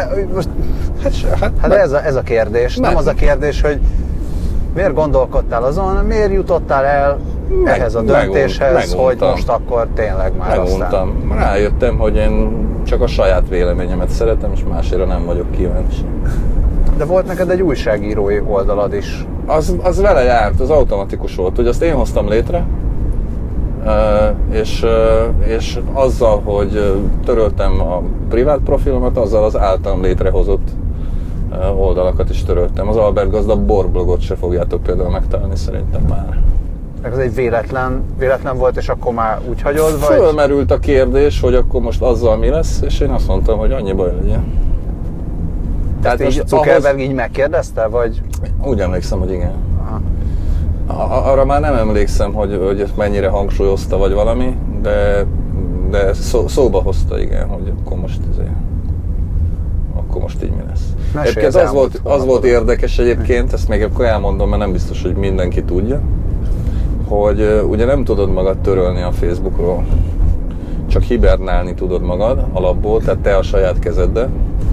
Hát ez a kérdés. Nem az a kérdés, hogy miért gondolkodtál azon, miért jutottál el ehhez a döntéshez, hogy most akkor tényleg már megmondtam. Rájöttem, hogy én csak a saját véleményemet szeretem, és másére nem vagyok kíváncsi. De volt neked egy újságírói oldalad is. Az vele járt, az automatikus volt, hogy azt én hoztam létre, és azzal, hogy töröltem a privát profilomat, azzal az általam létrehozott oldalakat is töröltem. Az Albert Gazda borblogot se fogjátok például megtalálni szerintem már. Ez egy véletlen volt, és akkor már úgy hagyod, vagy? Fölmerült a kérdés, hogy akkor most azzal mi lesz, és én azt mondtam, hogy annyi baj legyen. Tehát most Zuckerberg így megkérdezte, vagy? Úgy emlékszem, hogy igen. Arra már nem emlékszem, hogy ezt mennyire hangsúlyozta, vagy valami, de szóba hozta, igen, hogy akkor most így mi lesz. Egyébként az volt érdekes egyébként, ezt még akkor elmondom, mert nem biztos, hogy mindenki tudja, hogy ugye nem tudod magad törölni a Facebookról, csak hibernálni tudod magad alapból, tehát te a saját kezeddel.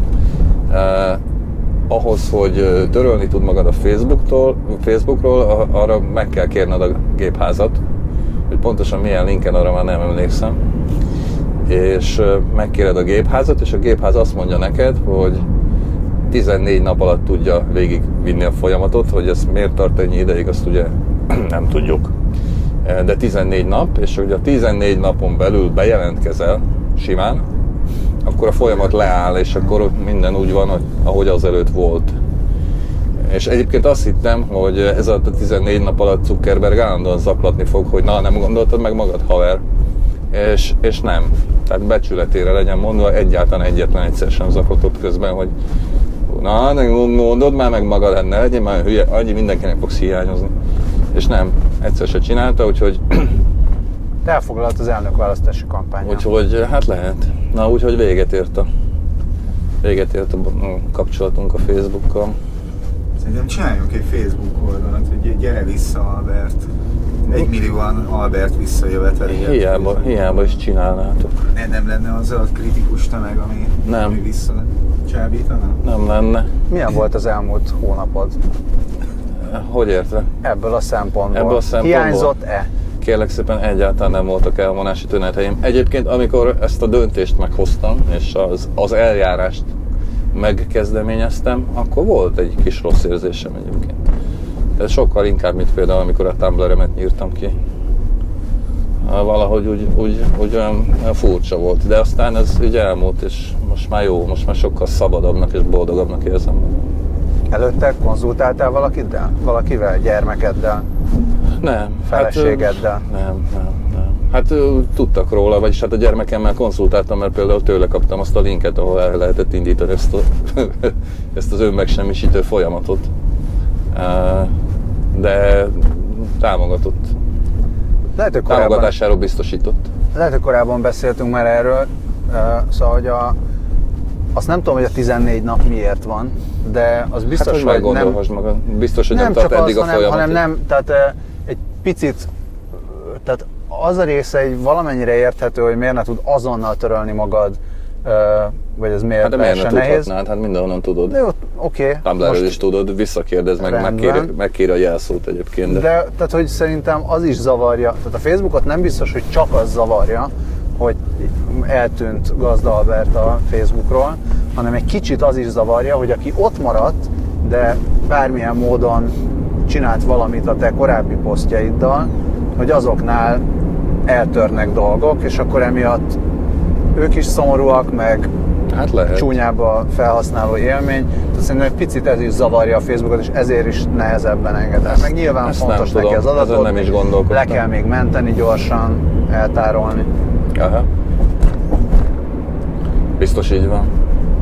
Ahhoz, hogy törölni tud magad a Facebookról, arra meg kell kérned a gépházat, hogy pontosan milyen linken, arra már nem emlékszem, és megkéred a gépházat, és a gépház azt mondja neked, hogy 14 nap alatt tudja végigvinni a folyamatot, hogy ez miért tart ennyi ideig, azt ugye nem tudjuk. De 14 nap, és ugye a 14 napon belül bejelentkezel simán, akkor a folyamat leáll, és akkor minden úgy van, ahogy azelőtt volt. És egyébként azt hittem, hogy ez a 14 nap alatt Zuckerberg állandóan zaklatni fog, hogy na, nem gondoltad meg magad, haver? És nem. Tehát becsületére legyen mondva, egyetlen egyszer sem zaklatott közben, hogy na, mondod már meg magad, ne legyél már hülye, annyi mindenkinek fogsz hiányozni. És nem, egyszer se csinálta, úgyhogy... Elfoglalt az elnökválasztási kampányon. Úgyhogy, hát lehet. Na, úgyhogy véget ért a kapcsolatunk a Facebookkal. Szerintem csináljunk egy Facebook oldalat, hogy gyere vissza Albert. 1 millióan Albert visszajöveteléért. Hiába is csinálnátok. Nem lenne az a kritikus tömeg, ami vissza csábítana? Nem lenne. Milyen volt az elmúlt hónapod? Hogy értve? Ebből a szempontból. Hiányzott-e? Kérlek szépen, egyáltalán nem voltak elvonási tüneteim. Egyébként, amikor ezt a döntést meghoztam, és az eljárást megkezdeményeztem, akkor volt egy kis rossz érzésem egyébként. Ez sokkal inkább, mint például, amikor a Tumblr-emet nyírtam ki. Valahogy úgy olyan furcsa volt, de aztán ez úgy elmúlt, és most már jó, most már sokkal szabadabbnak és boldogabbnak érzem. Előtte konzultáltál valakivel, gyermekeddel? Nem. Feleségeddel? Nem. Hát tudtak róla, vagyis hát a gyermekemmel konzultáltam, mert például tőle kaptam azt a linket, ahol el lehetett indítani ezt az önmegsemmisítő folyamatot. De támogatott. Támogatásáról biztosított. Lehet, hogy korábban beszéltünk már erről, szóval, hogy azt nem tudom, hogy a 14 nap miért van, de az biztos, hát, hogy nem... magad. Biztos, hogy nem tart eddig a folyamat. Hanem nem, tehát egy picit, tehát az a része egy valamennyire érthető, hogy miért ne tud azonnal törölni magad, vagy ez miért hát lehessen nehéz. Hát mindenhonnan tudod. De jó, Oké. Tumblr-ről is tudod, visszakérdez, megkéri a jelszót egyébként. De tehát, hogy szerintem az is zavarja, tehát a Facebookot nem biztos, hogy csak az zavarja, hogy eltűnt Gazda Albert a Facebookról, hanem egy kicsit az is zavarja, hogy aki ott maradt, de bármilyen módon csinált valamit a te korábbi posztjaiddal, hogy azoknál eltörnek dolgok, és akkor emiatt ők is szomorúak, meg hát lehet. Csúnyább a felhasználó élmény. Tehát szerintem egy picit ez is zavarja a Facebookot, és ezért is nehezebben engedel. Meg nyilván fontos neki az adatot, nem is le kell még menteni gyorsan, eltárolni. Aha. Biztos így van.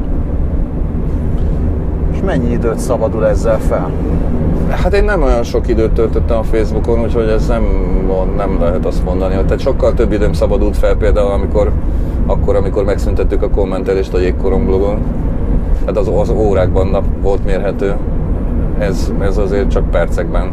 És mennyi időt szabadul ezzel fel? Hát én nem olyan sok időt töltöttem a Facebookon, úgyhogy ez nem lehet azt mondani. Tehát sokkal több időm szabadult fel például, amikor megszüntettük a kommentelést a Jégkorong blogon. Hát az órákban volt mérhető. Ez azért csak percekben.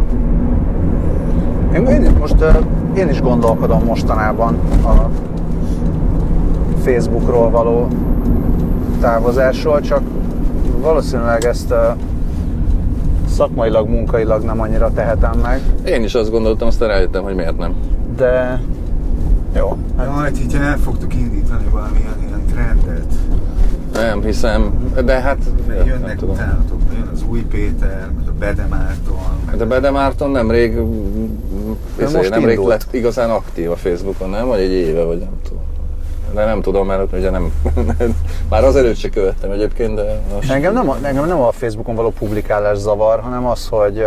Én is gondolkodom mostanában a Facebookról való távozásról, csak valószínűleg ezt szakmailag, munkailag nem annyira tehetem meg. Én is azt gondoltam, aztán rájöttem, hogy miért nem. De jó. Hát így el fogtuk indítani valamilyen ilyen trendet. Nem hiszem, de hát... Jönnek utánatok, jön az Új Péter, meg a Bede Márton. Hát a Bede Márton nemrég lett igazán aktív a Facebookon, nem? Vagy egy éve, vagy nem tudom. De nem tudom, mert ugye nem... Már azelőtt se követtem egyébként, de... Engem nem a Facebookon való publikálás zavar, hanem az, hogy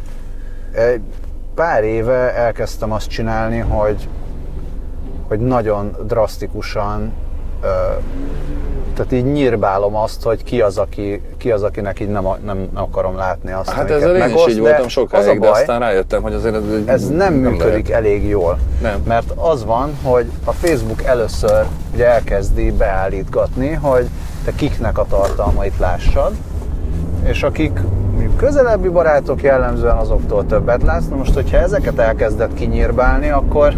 pár éve elkezdtem azt csinálni, hogy nagyon drasztikusan tehát így nyírbálom azt, hogy ki az, akinek így nem akarom látni azt, hát ezzel én is így voltam sokáig, de aztán rájöttem, hogy azért ez nem működik lehet. Elég jól. Nem. Mert az van, hogy a Facebook először ugye elkezdi beállítgatni, hogy te kiknek a tartalmait lássad, és akik közelebbi barátok jellemzően azoktól többet látsz. Na most, hogyha ezeket elkezded kinyírbálni, akkor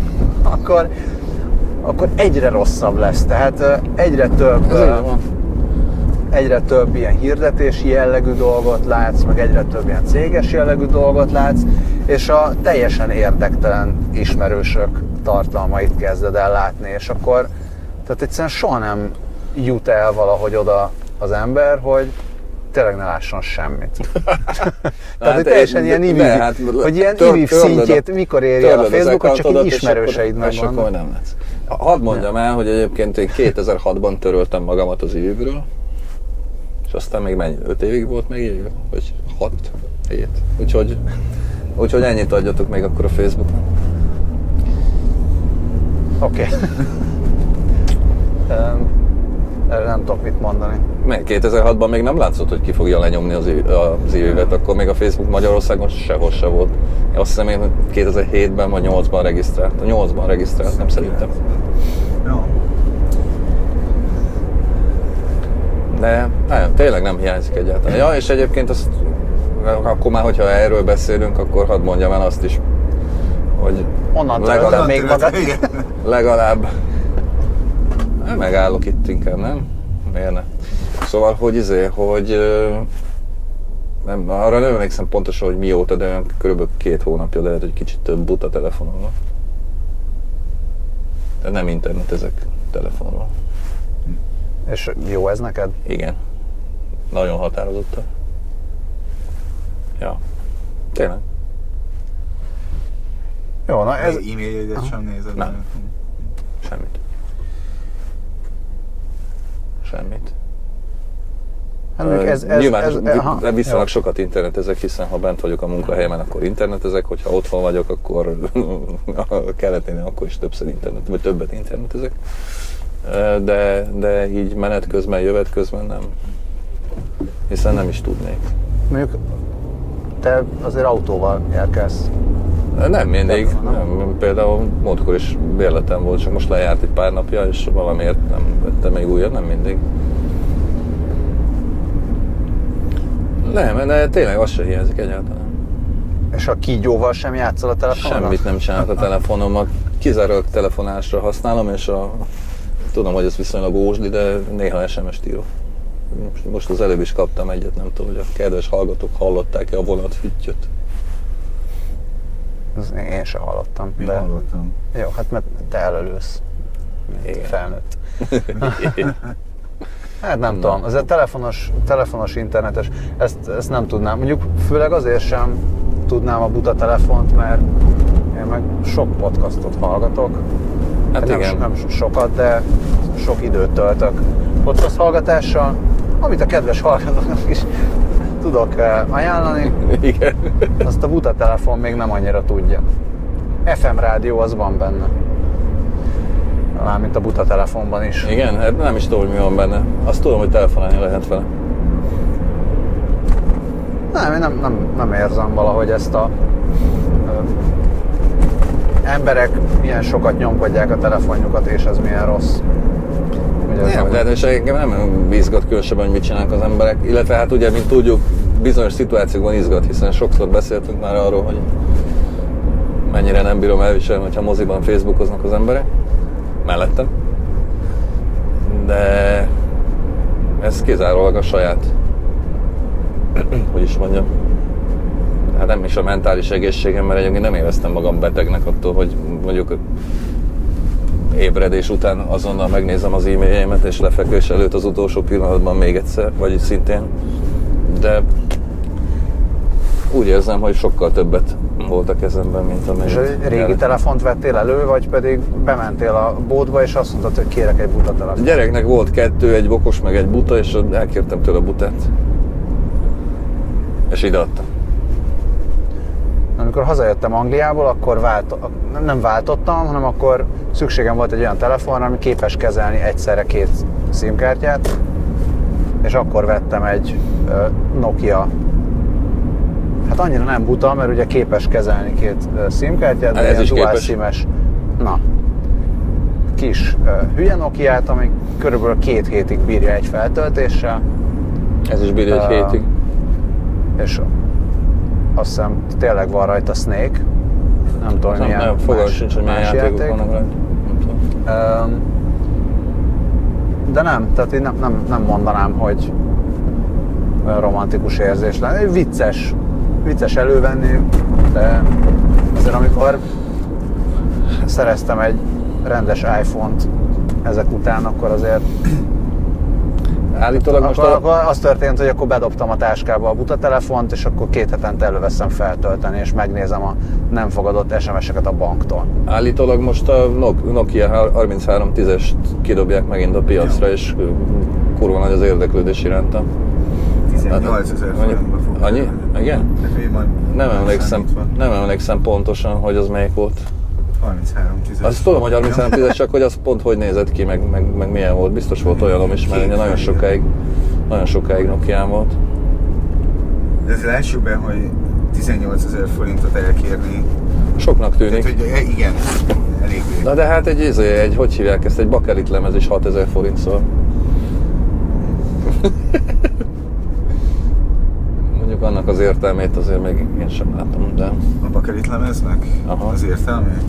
egyre rosszabb lesz. Tehát egyre több ilyen hirdetési jellegű dolgot látsz, meg egyre több ilyen céges jellegű dolgot látsz, és a teljesen érdektelen ismerősök tartalmait kezded el látni, és akkor tehát egyszerűen soha nem jut el valahogy oda az ember, hogy tényleg ne lásson semmit. Tehát, hogy teljesen ilyen IVIV szintjét mikor éri el a Facebookot, csak így ismerőseid megvannak. Nem lesz. Hadd mondjam el, hogy egyébként én 2006-ban töröltem magamat az IVIV-ről, és aztán még mennyi? 5 évig volt még így? Vagy 6? 7? Úgyhogy ennyit adjatok még akkor a Facebookon. Oké. Erre nem tudok mit mondani. Mert 2006-ban még nem látszott, hogy ki fogja lenyomni az IVIV-et, akkor még a Facebook Magyarországon sehol se volt. Én azt hiszem, én 2007-ben vagy 8-ban regisztrált. A 8-ban regisztrált, nem szerintem. Jó. De tényleg nem hiányzik egyáltalán. Ja, és egyébként azt, akkor már, hogyha erről beszélünk, akkor hadd mondjam el azt is, hogy legalább megállok itt inkább, nem? Miért ne? Szóval, hogy nem, arra nem emlékszem pontosan, hogy mióta, de kb. 2 hónapja, lehet, hogy kicsit több buta telefonon van. De nem internetezek telefonról. És jó ez neked? Igen. Nagyon határozottan. Ja. Tényleg. Jó, na ez... E-mailjegyet sem nézed? Nem. Semmit. Hát nyilván viszonylag sokat internetezek, hiszen ha bent vagyok a munkahelyemen, akkor internetezek, hogyha otthon vagyok, akkor a keletén akkor is többet internetezek. De így menet közben, jövet közben nem. Hiszen nem is tudnék. Mondjuk te azért autóval járkálsz. Nem mindig. Nem. Például múltkor is bérletem volt, csak most lejárt egy pár napja, és valamiért nem vettem még újat, nem mindig. Nem, de tényleg az se hiányzik egyáltalán. És a kígyóval sem játszol a telefonon? Semmit nem csinálok a telefonommal. Kizárólag telefonásra használom, és tudom, hogy ez viszonylag ósdi, de néha SMS-t írok. Most az előbb is kaptam egyet, nem tudom, hogy a kedves hallgatók hallották-e a vonatfüttyöt. Én sem hallottam. Én hallottam. Jó, hát mert te elölősz. Felnőtt. Hát nem tudom, ez a telefonos, internetes, ezt nem tudnám. Mondjuk főleg azért sem tudnám a buta telefont, mert én meg sok podcastot hallgatok. Hát igen. Nem sokat, de sok időt töltök podcast hallgatással, amit a kedves hallgatóknak is tudok ajánlani. Igen. Azt a buta telefon még nem annyira tudja. FM rádió az van benne. Mármint a buta telefonban is. Igen, hát nem is tudom, hogy mi van benne. Azt tudom, hogy telefonálni lehet vele. Nem érzem valahogy ezt a emberek milyen sokat nyomkodják a telefonjukat, és ez milyen rossz. Nem, de engem nem izgat különösebben, hogy mit csinálnak az emberek. Illetve hát ugye, mint tudjuk, bizonyos szituációkban izgat, hiszen sokszor beszéltünk már arról, hogy mennyire nem bírom elviselni, hogyha moziban Facebookoznak az emberek. Mellettem. De ez kizárólag a saját, hogy is mondjam, hát nem is a mentális egészségem, mert egyébként nem éreztem magam betegnek attól, hogy mondjuk ébredés után azonnal megnézem az e-mailjeimet, és lefekvés előtt az utolsó pillanatban még egyszer, vagy szintén. De úgy érzem, hogy sokkal többet volt a kezemben, mint amelyet. És a régi telefont vettél elő, vagy pedig bementél a boltba, és azt mondtad, hogy kérek egy buta telefont? A gyereknek volt 2, egy okos meg egy buta, és elkértem tőle a butát. És ide adtam. Amikor hazajöttem Angliából, akkor nem váltottam, hanem akkor szükségem volt egy olyan telefonra, ami képes kezelni egyszerre 2 SIM-kártyát, és akkor vettem egy Nokia. Hát annyira nem buta, mert ugye képes kezelni 2 SIM-kártyát, de ilyen dual SIM-es. Na, kis hülye Nokiát, ami körülbelül 2 hétig bírja egy feltöltéssel. Ez is bírja egy hétig. És azt hiszem tényleg van rajta Snake. Nem tudom, milyen nem, fogalmam sincs, hogy milyen játékok vannak rajta. De nem, tehát én nem mondanám, hogy olyan romantikus érzés lenne. Vicces elővenni, de azért amikor szereztem egy rendes iPhone-t ezek után, akkor azért állítólag most akkor az történt, hogy akkor bedobtam a táskába a buta telefont, és akkor 2 hetente előveszem feltölteni, és megnézem a nem fogadott SMS-eket a banktól. Állítólag most a Nokia 3310-est kidobják megint a piacra, és kurva nagy az érdeklődés iránta. 18 000 forintba fog. Annyi? Igen? Nem emlékszem pontosan, hogy az melyik volt. 3310. Azt tudom, hogy 3310, csak hogy az pont hogy nézett ki, meg milyen volt. Biztos volt olyanom is, mert nagyon sokáig Nokiám volt. De ez lássuk be, hogy 18 000 forintot elkérni. Soknak tűnik. Tehát, hogy igen, eléggé. Na de hát hogy hívják ezt, egy bakelit lemez is 6000 forint szól. Mondjuk annak az értelmét azért még én sem látom, de... A bakelit lemeznek? Aha. Az értelmét?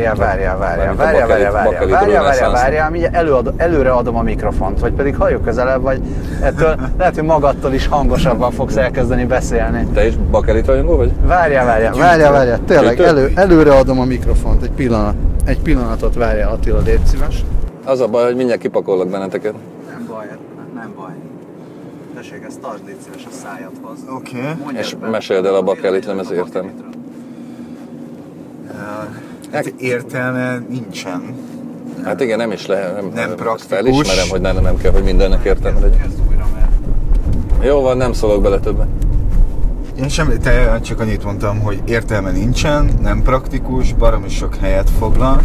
Várjál, mindjárt előre adom a mikrofont, vagy pedig halljuk közelebb, vagy ettől lehet, hogy magadtól is hangosabban fogsz elkezdeni beszélni. Te is bakelit rajongó vagy? Várjál, tényleg előre adom a mikrofont, egy pillanatot várjál, Attila, légy szíves. Az a baj, hogy mindjárt kipakollak benneteket. Nem baj. Tessék, ezt tartsd, légy szíves a szájadhoz. Oké. És meséld el a bakelit lemez értelmét. Hát értelme nincsen. Hát igen, nem is lehet. Nem praktikus. Felismerem, hogy nem kell, hogy mindennek értelme legyen. Jó van, nem szólok bele többet. Én csak annyit mondtam, hogy értelme nincsen, nem praktikus, baromi sok helyet foglal.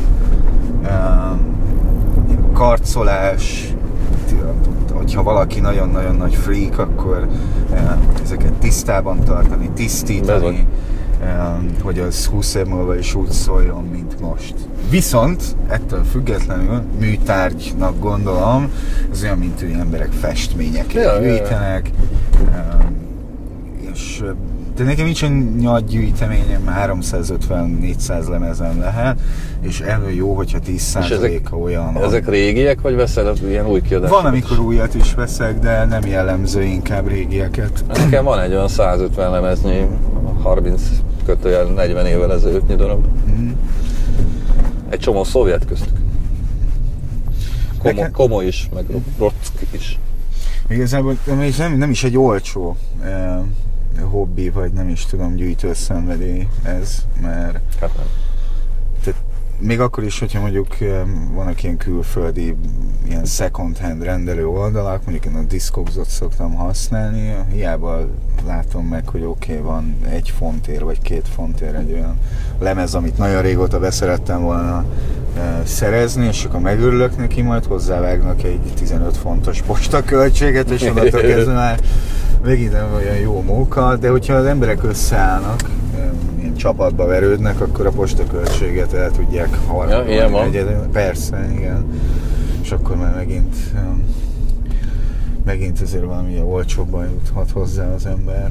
Karcolás, hogyha valaki nagyon-nagyon nagy freak, akkor ezeket tisztában tartani, tisztítani, hogy az 20 év múlva is úgy szóljon, mint most. Viszont ettől függetlenül műtárgynak gondolom, az olyan, mint hogy emberek festményeket gyűjtenek, és de nekem nincsen nagy gyűjteményem, 350-400 lemezem lehet, és elő jó, hogyha 10%-a olyan. Ezek régiek, vagy veszel ilyen új kiadást? Van, amikor újat is veszek, de nem jellemző, inkább régieket. Nekem van egy olyan 150 lemeznyi, 30-40 évvel ezelőttnyi darab. Egy csomó szovjet köztük. Komo is, meg Rock is. Igazából nem is egy olcsó hobbi, vagy nem is tudom, gyűjtőszenvedély ez, mert Hát nem. még akkor is, hogyha mondjuk vannak ilyen külföldi ilyen second hand rendelő oldalak, mondjuk én a Discogsot szoktam használni, hiába látom meg, hogy oké, van 1 fontért vagy 2 fontért egy olyan lemez, amit nagyon régóta beszerettem volna szerezni, és akkor megörülök neki, majd hozzávágnak egy 15 fontos postaköltséget, és onnantól kezdve már megint nem olyan jó móka, de hogyha az emberek összeállnak, ilyen csapatba verődnek, akkor a postaköltséget el tudják harmadni. Persze, igen. És akkor már megint azért valami olcsóbban juthat hozzá az ember.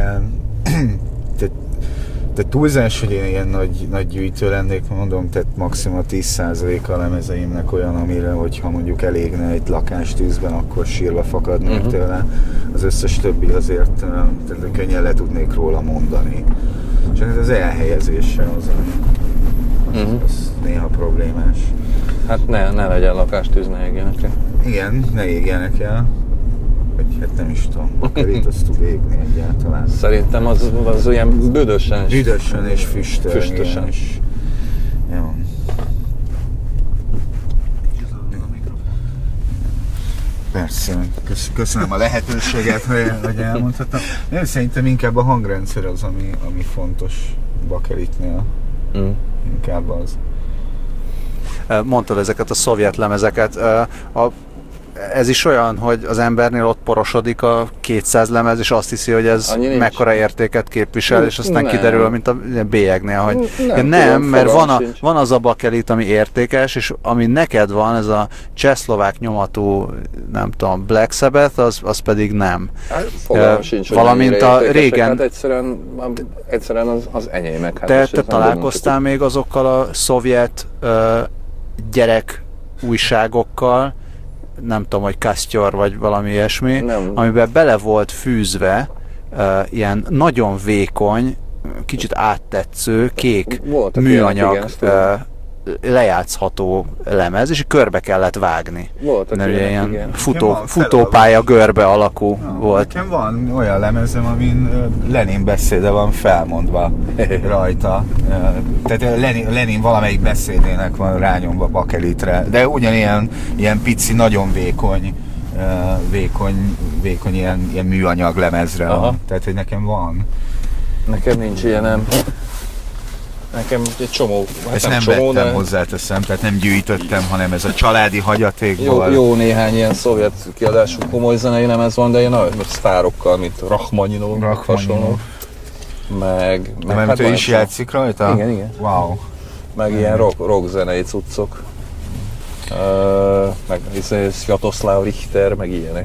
De túlzás, hogy én ilyen nagy gyűjtő lennék, mondom, tehát maximum 10%-a a lemezeimnek olyan, amire, hogyha mondjuk elégne egy lakástűzben, akkor sírva fakadnék tőle. Az összes többi azért tehát könnyen le tudnék róla mondani. Csak az elhelyezése az az néha problémás. Hát ne legyen lakástűz, ne égjenek el. Igen, ne égjenek el. Vagy hát nem is tudom, bakelit azt tud égni egyáltalán. Szerintem az olyan büdösen és füstöl. Füstösen. Jó. Persze, köszönöm a lehetőséget, hogy elmondhattam. Én szerintem inkább a hangrendszer az, ami fontos bakelitnél. Inkább az. Mondtad ezeket a szovjet lemezeket. Ez is olyan, hogy az embernél ott porosodik a 200 lemez, és azt hiszi, hogy ez mekkora értéket képvisel, és aztán kiderül, mint a bélyegnél, hogy nem, mert van az a bakelit, ami értékes, és ami neked van, ez a csehszlovák nyomatú, nem tudom, Black Sabbath, az pedig nem. Fogalmam sincs, valamint a régen... Hát egyszerűen az enyémek. Hát te találkoztál még azokkal a szovjet gyerek újságokkal, nem tudom, hogy Kastyor vagy valami ilyesmi, amiben bele volt fűzve ilyen nagyon vékony, kicsit áttetsző, kék műanyag lejátszható lemez, és körbe kellett vágni. Voltak ilyen futópálya görbe alakú volt. Nekem van olyan lemezem, amin Lenin beszéde van felmondva rajta. Tehát Lenin valamelyik beszédének van rányomva bakelitre, de ugyanilyen pici, nagyon vékony ilyen műanyag lemezre. Tehát, hogy nekem van. Nekem nincs ilyenem. Nekem egy csomó, ezt nem vettem, hozzáteszem, tehát nem gyűjtöttem, hanem ez a családi hagyatékból. Jó néhány ilyen szovjet kiadású komoly zenei lemez van, de ilyen nagy sztárokkal, mint Rachmaninov, hasonló. Meg hát ő is játszik rajta? Igen. Wow. Meg ilyen rock zenei cuccok. Meg Sviatoslav Richter, meg ilyenek.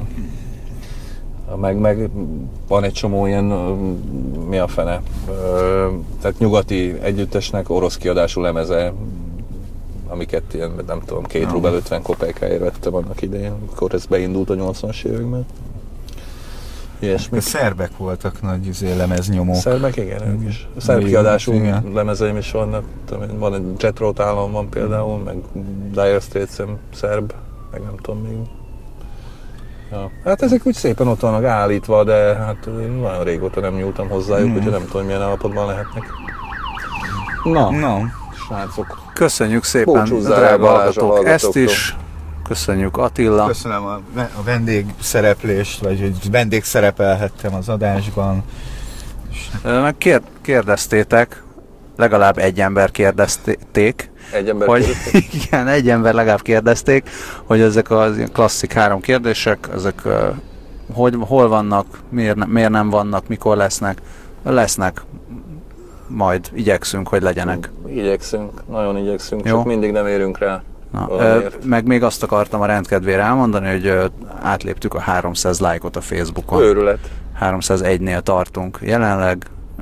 Meg van egy csomó ilyen, mi a fene, tehát nyugati együttesnek orosz kiadású lemeze, amiket ilyen, nem tudom, 2 rubel 50 kopejkáért vettem annak idején, amikor ez beindult a 80-as években. Ilyesmi. A szerbek voltak nagy lemeznyomók. Szerbek, igen, ők is. A szerb kiadású lemezeim is vannak. Van egy Jethro Tull van például, meg Dire Straits-em szerb, meg nem tudom még. Ja. Hát ezek úgy szépen ott vannak állítva, de hát nagyon régóta nem nyúltam hozzájuk, úgyhogy nem tudom, milyen állapotban lehetnek. Na, srácok. Köszönjük szépen, drága hallgatók, ezt is. Köszönjük, Attila. Köszönöm a vendégszereplést, vagy hogy vendégszerepelhettem az adásban. Meg kérdeztétek, legalább egy ember kérdezték, igen, egy ember legalább kérdezték, hogy ezek az klasszik 3 kérdések, ezek hol vannak, miért nem vannak, mikor lesznek. Lesznek, majd igyekszünk, hogy legyenek. Nagyon igyekszünk, csak mindig nem érünk rá. Meg még azt akartam a rendkedvére elmondani, hogy átléptük a 300 lájkot a Facebookon. Őrület. 301-nél tartunk jelenleg,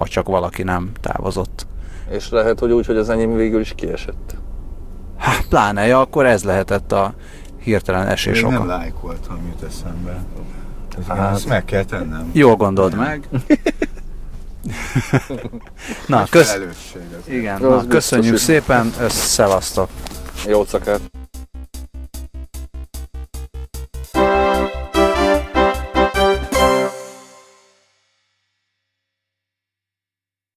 ha csak valaki nem távozott. És lehet, hogy úgy, hogy az enyém végül is kiesett. Hát pláne, ja, akkor ez lehetett a hirtelen esés Én oka. nem lájkoltam, jut eszembe. Hát, ezt meg kell tennem. Jól gondold meg. Na, felelősség az. igen, Az na, biztos, köszönjük hogy- szépen, szevasztok! Jó szakát!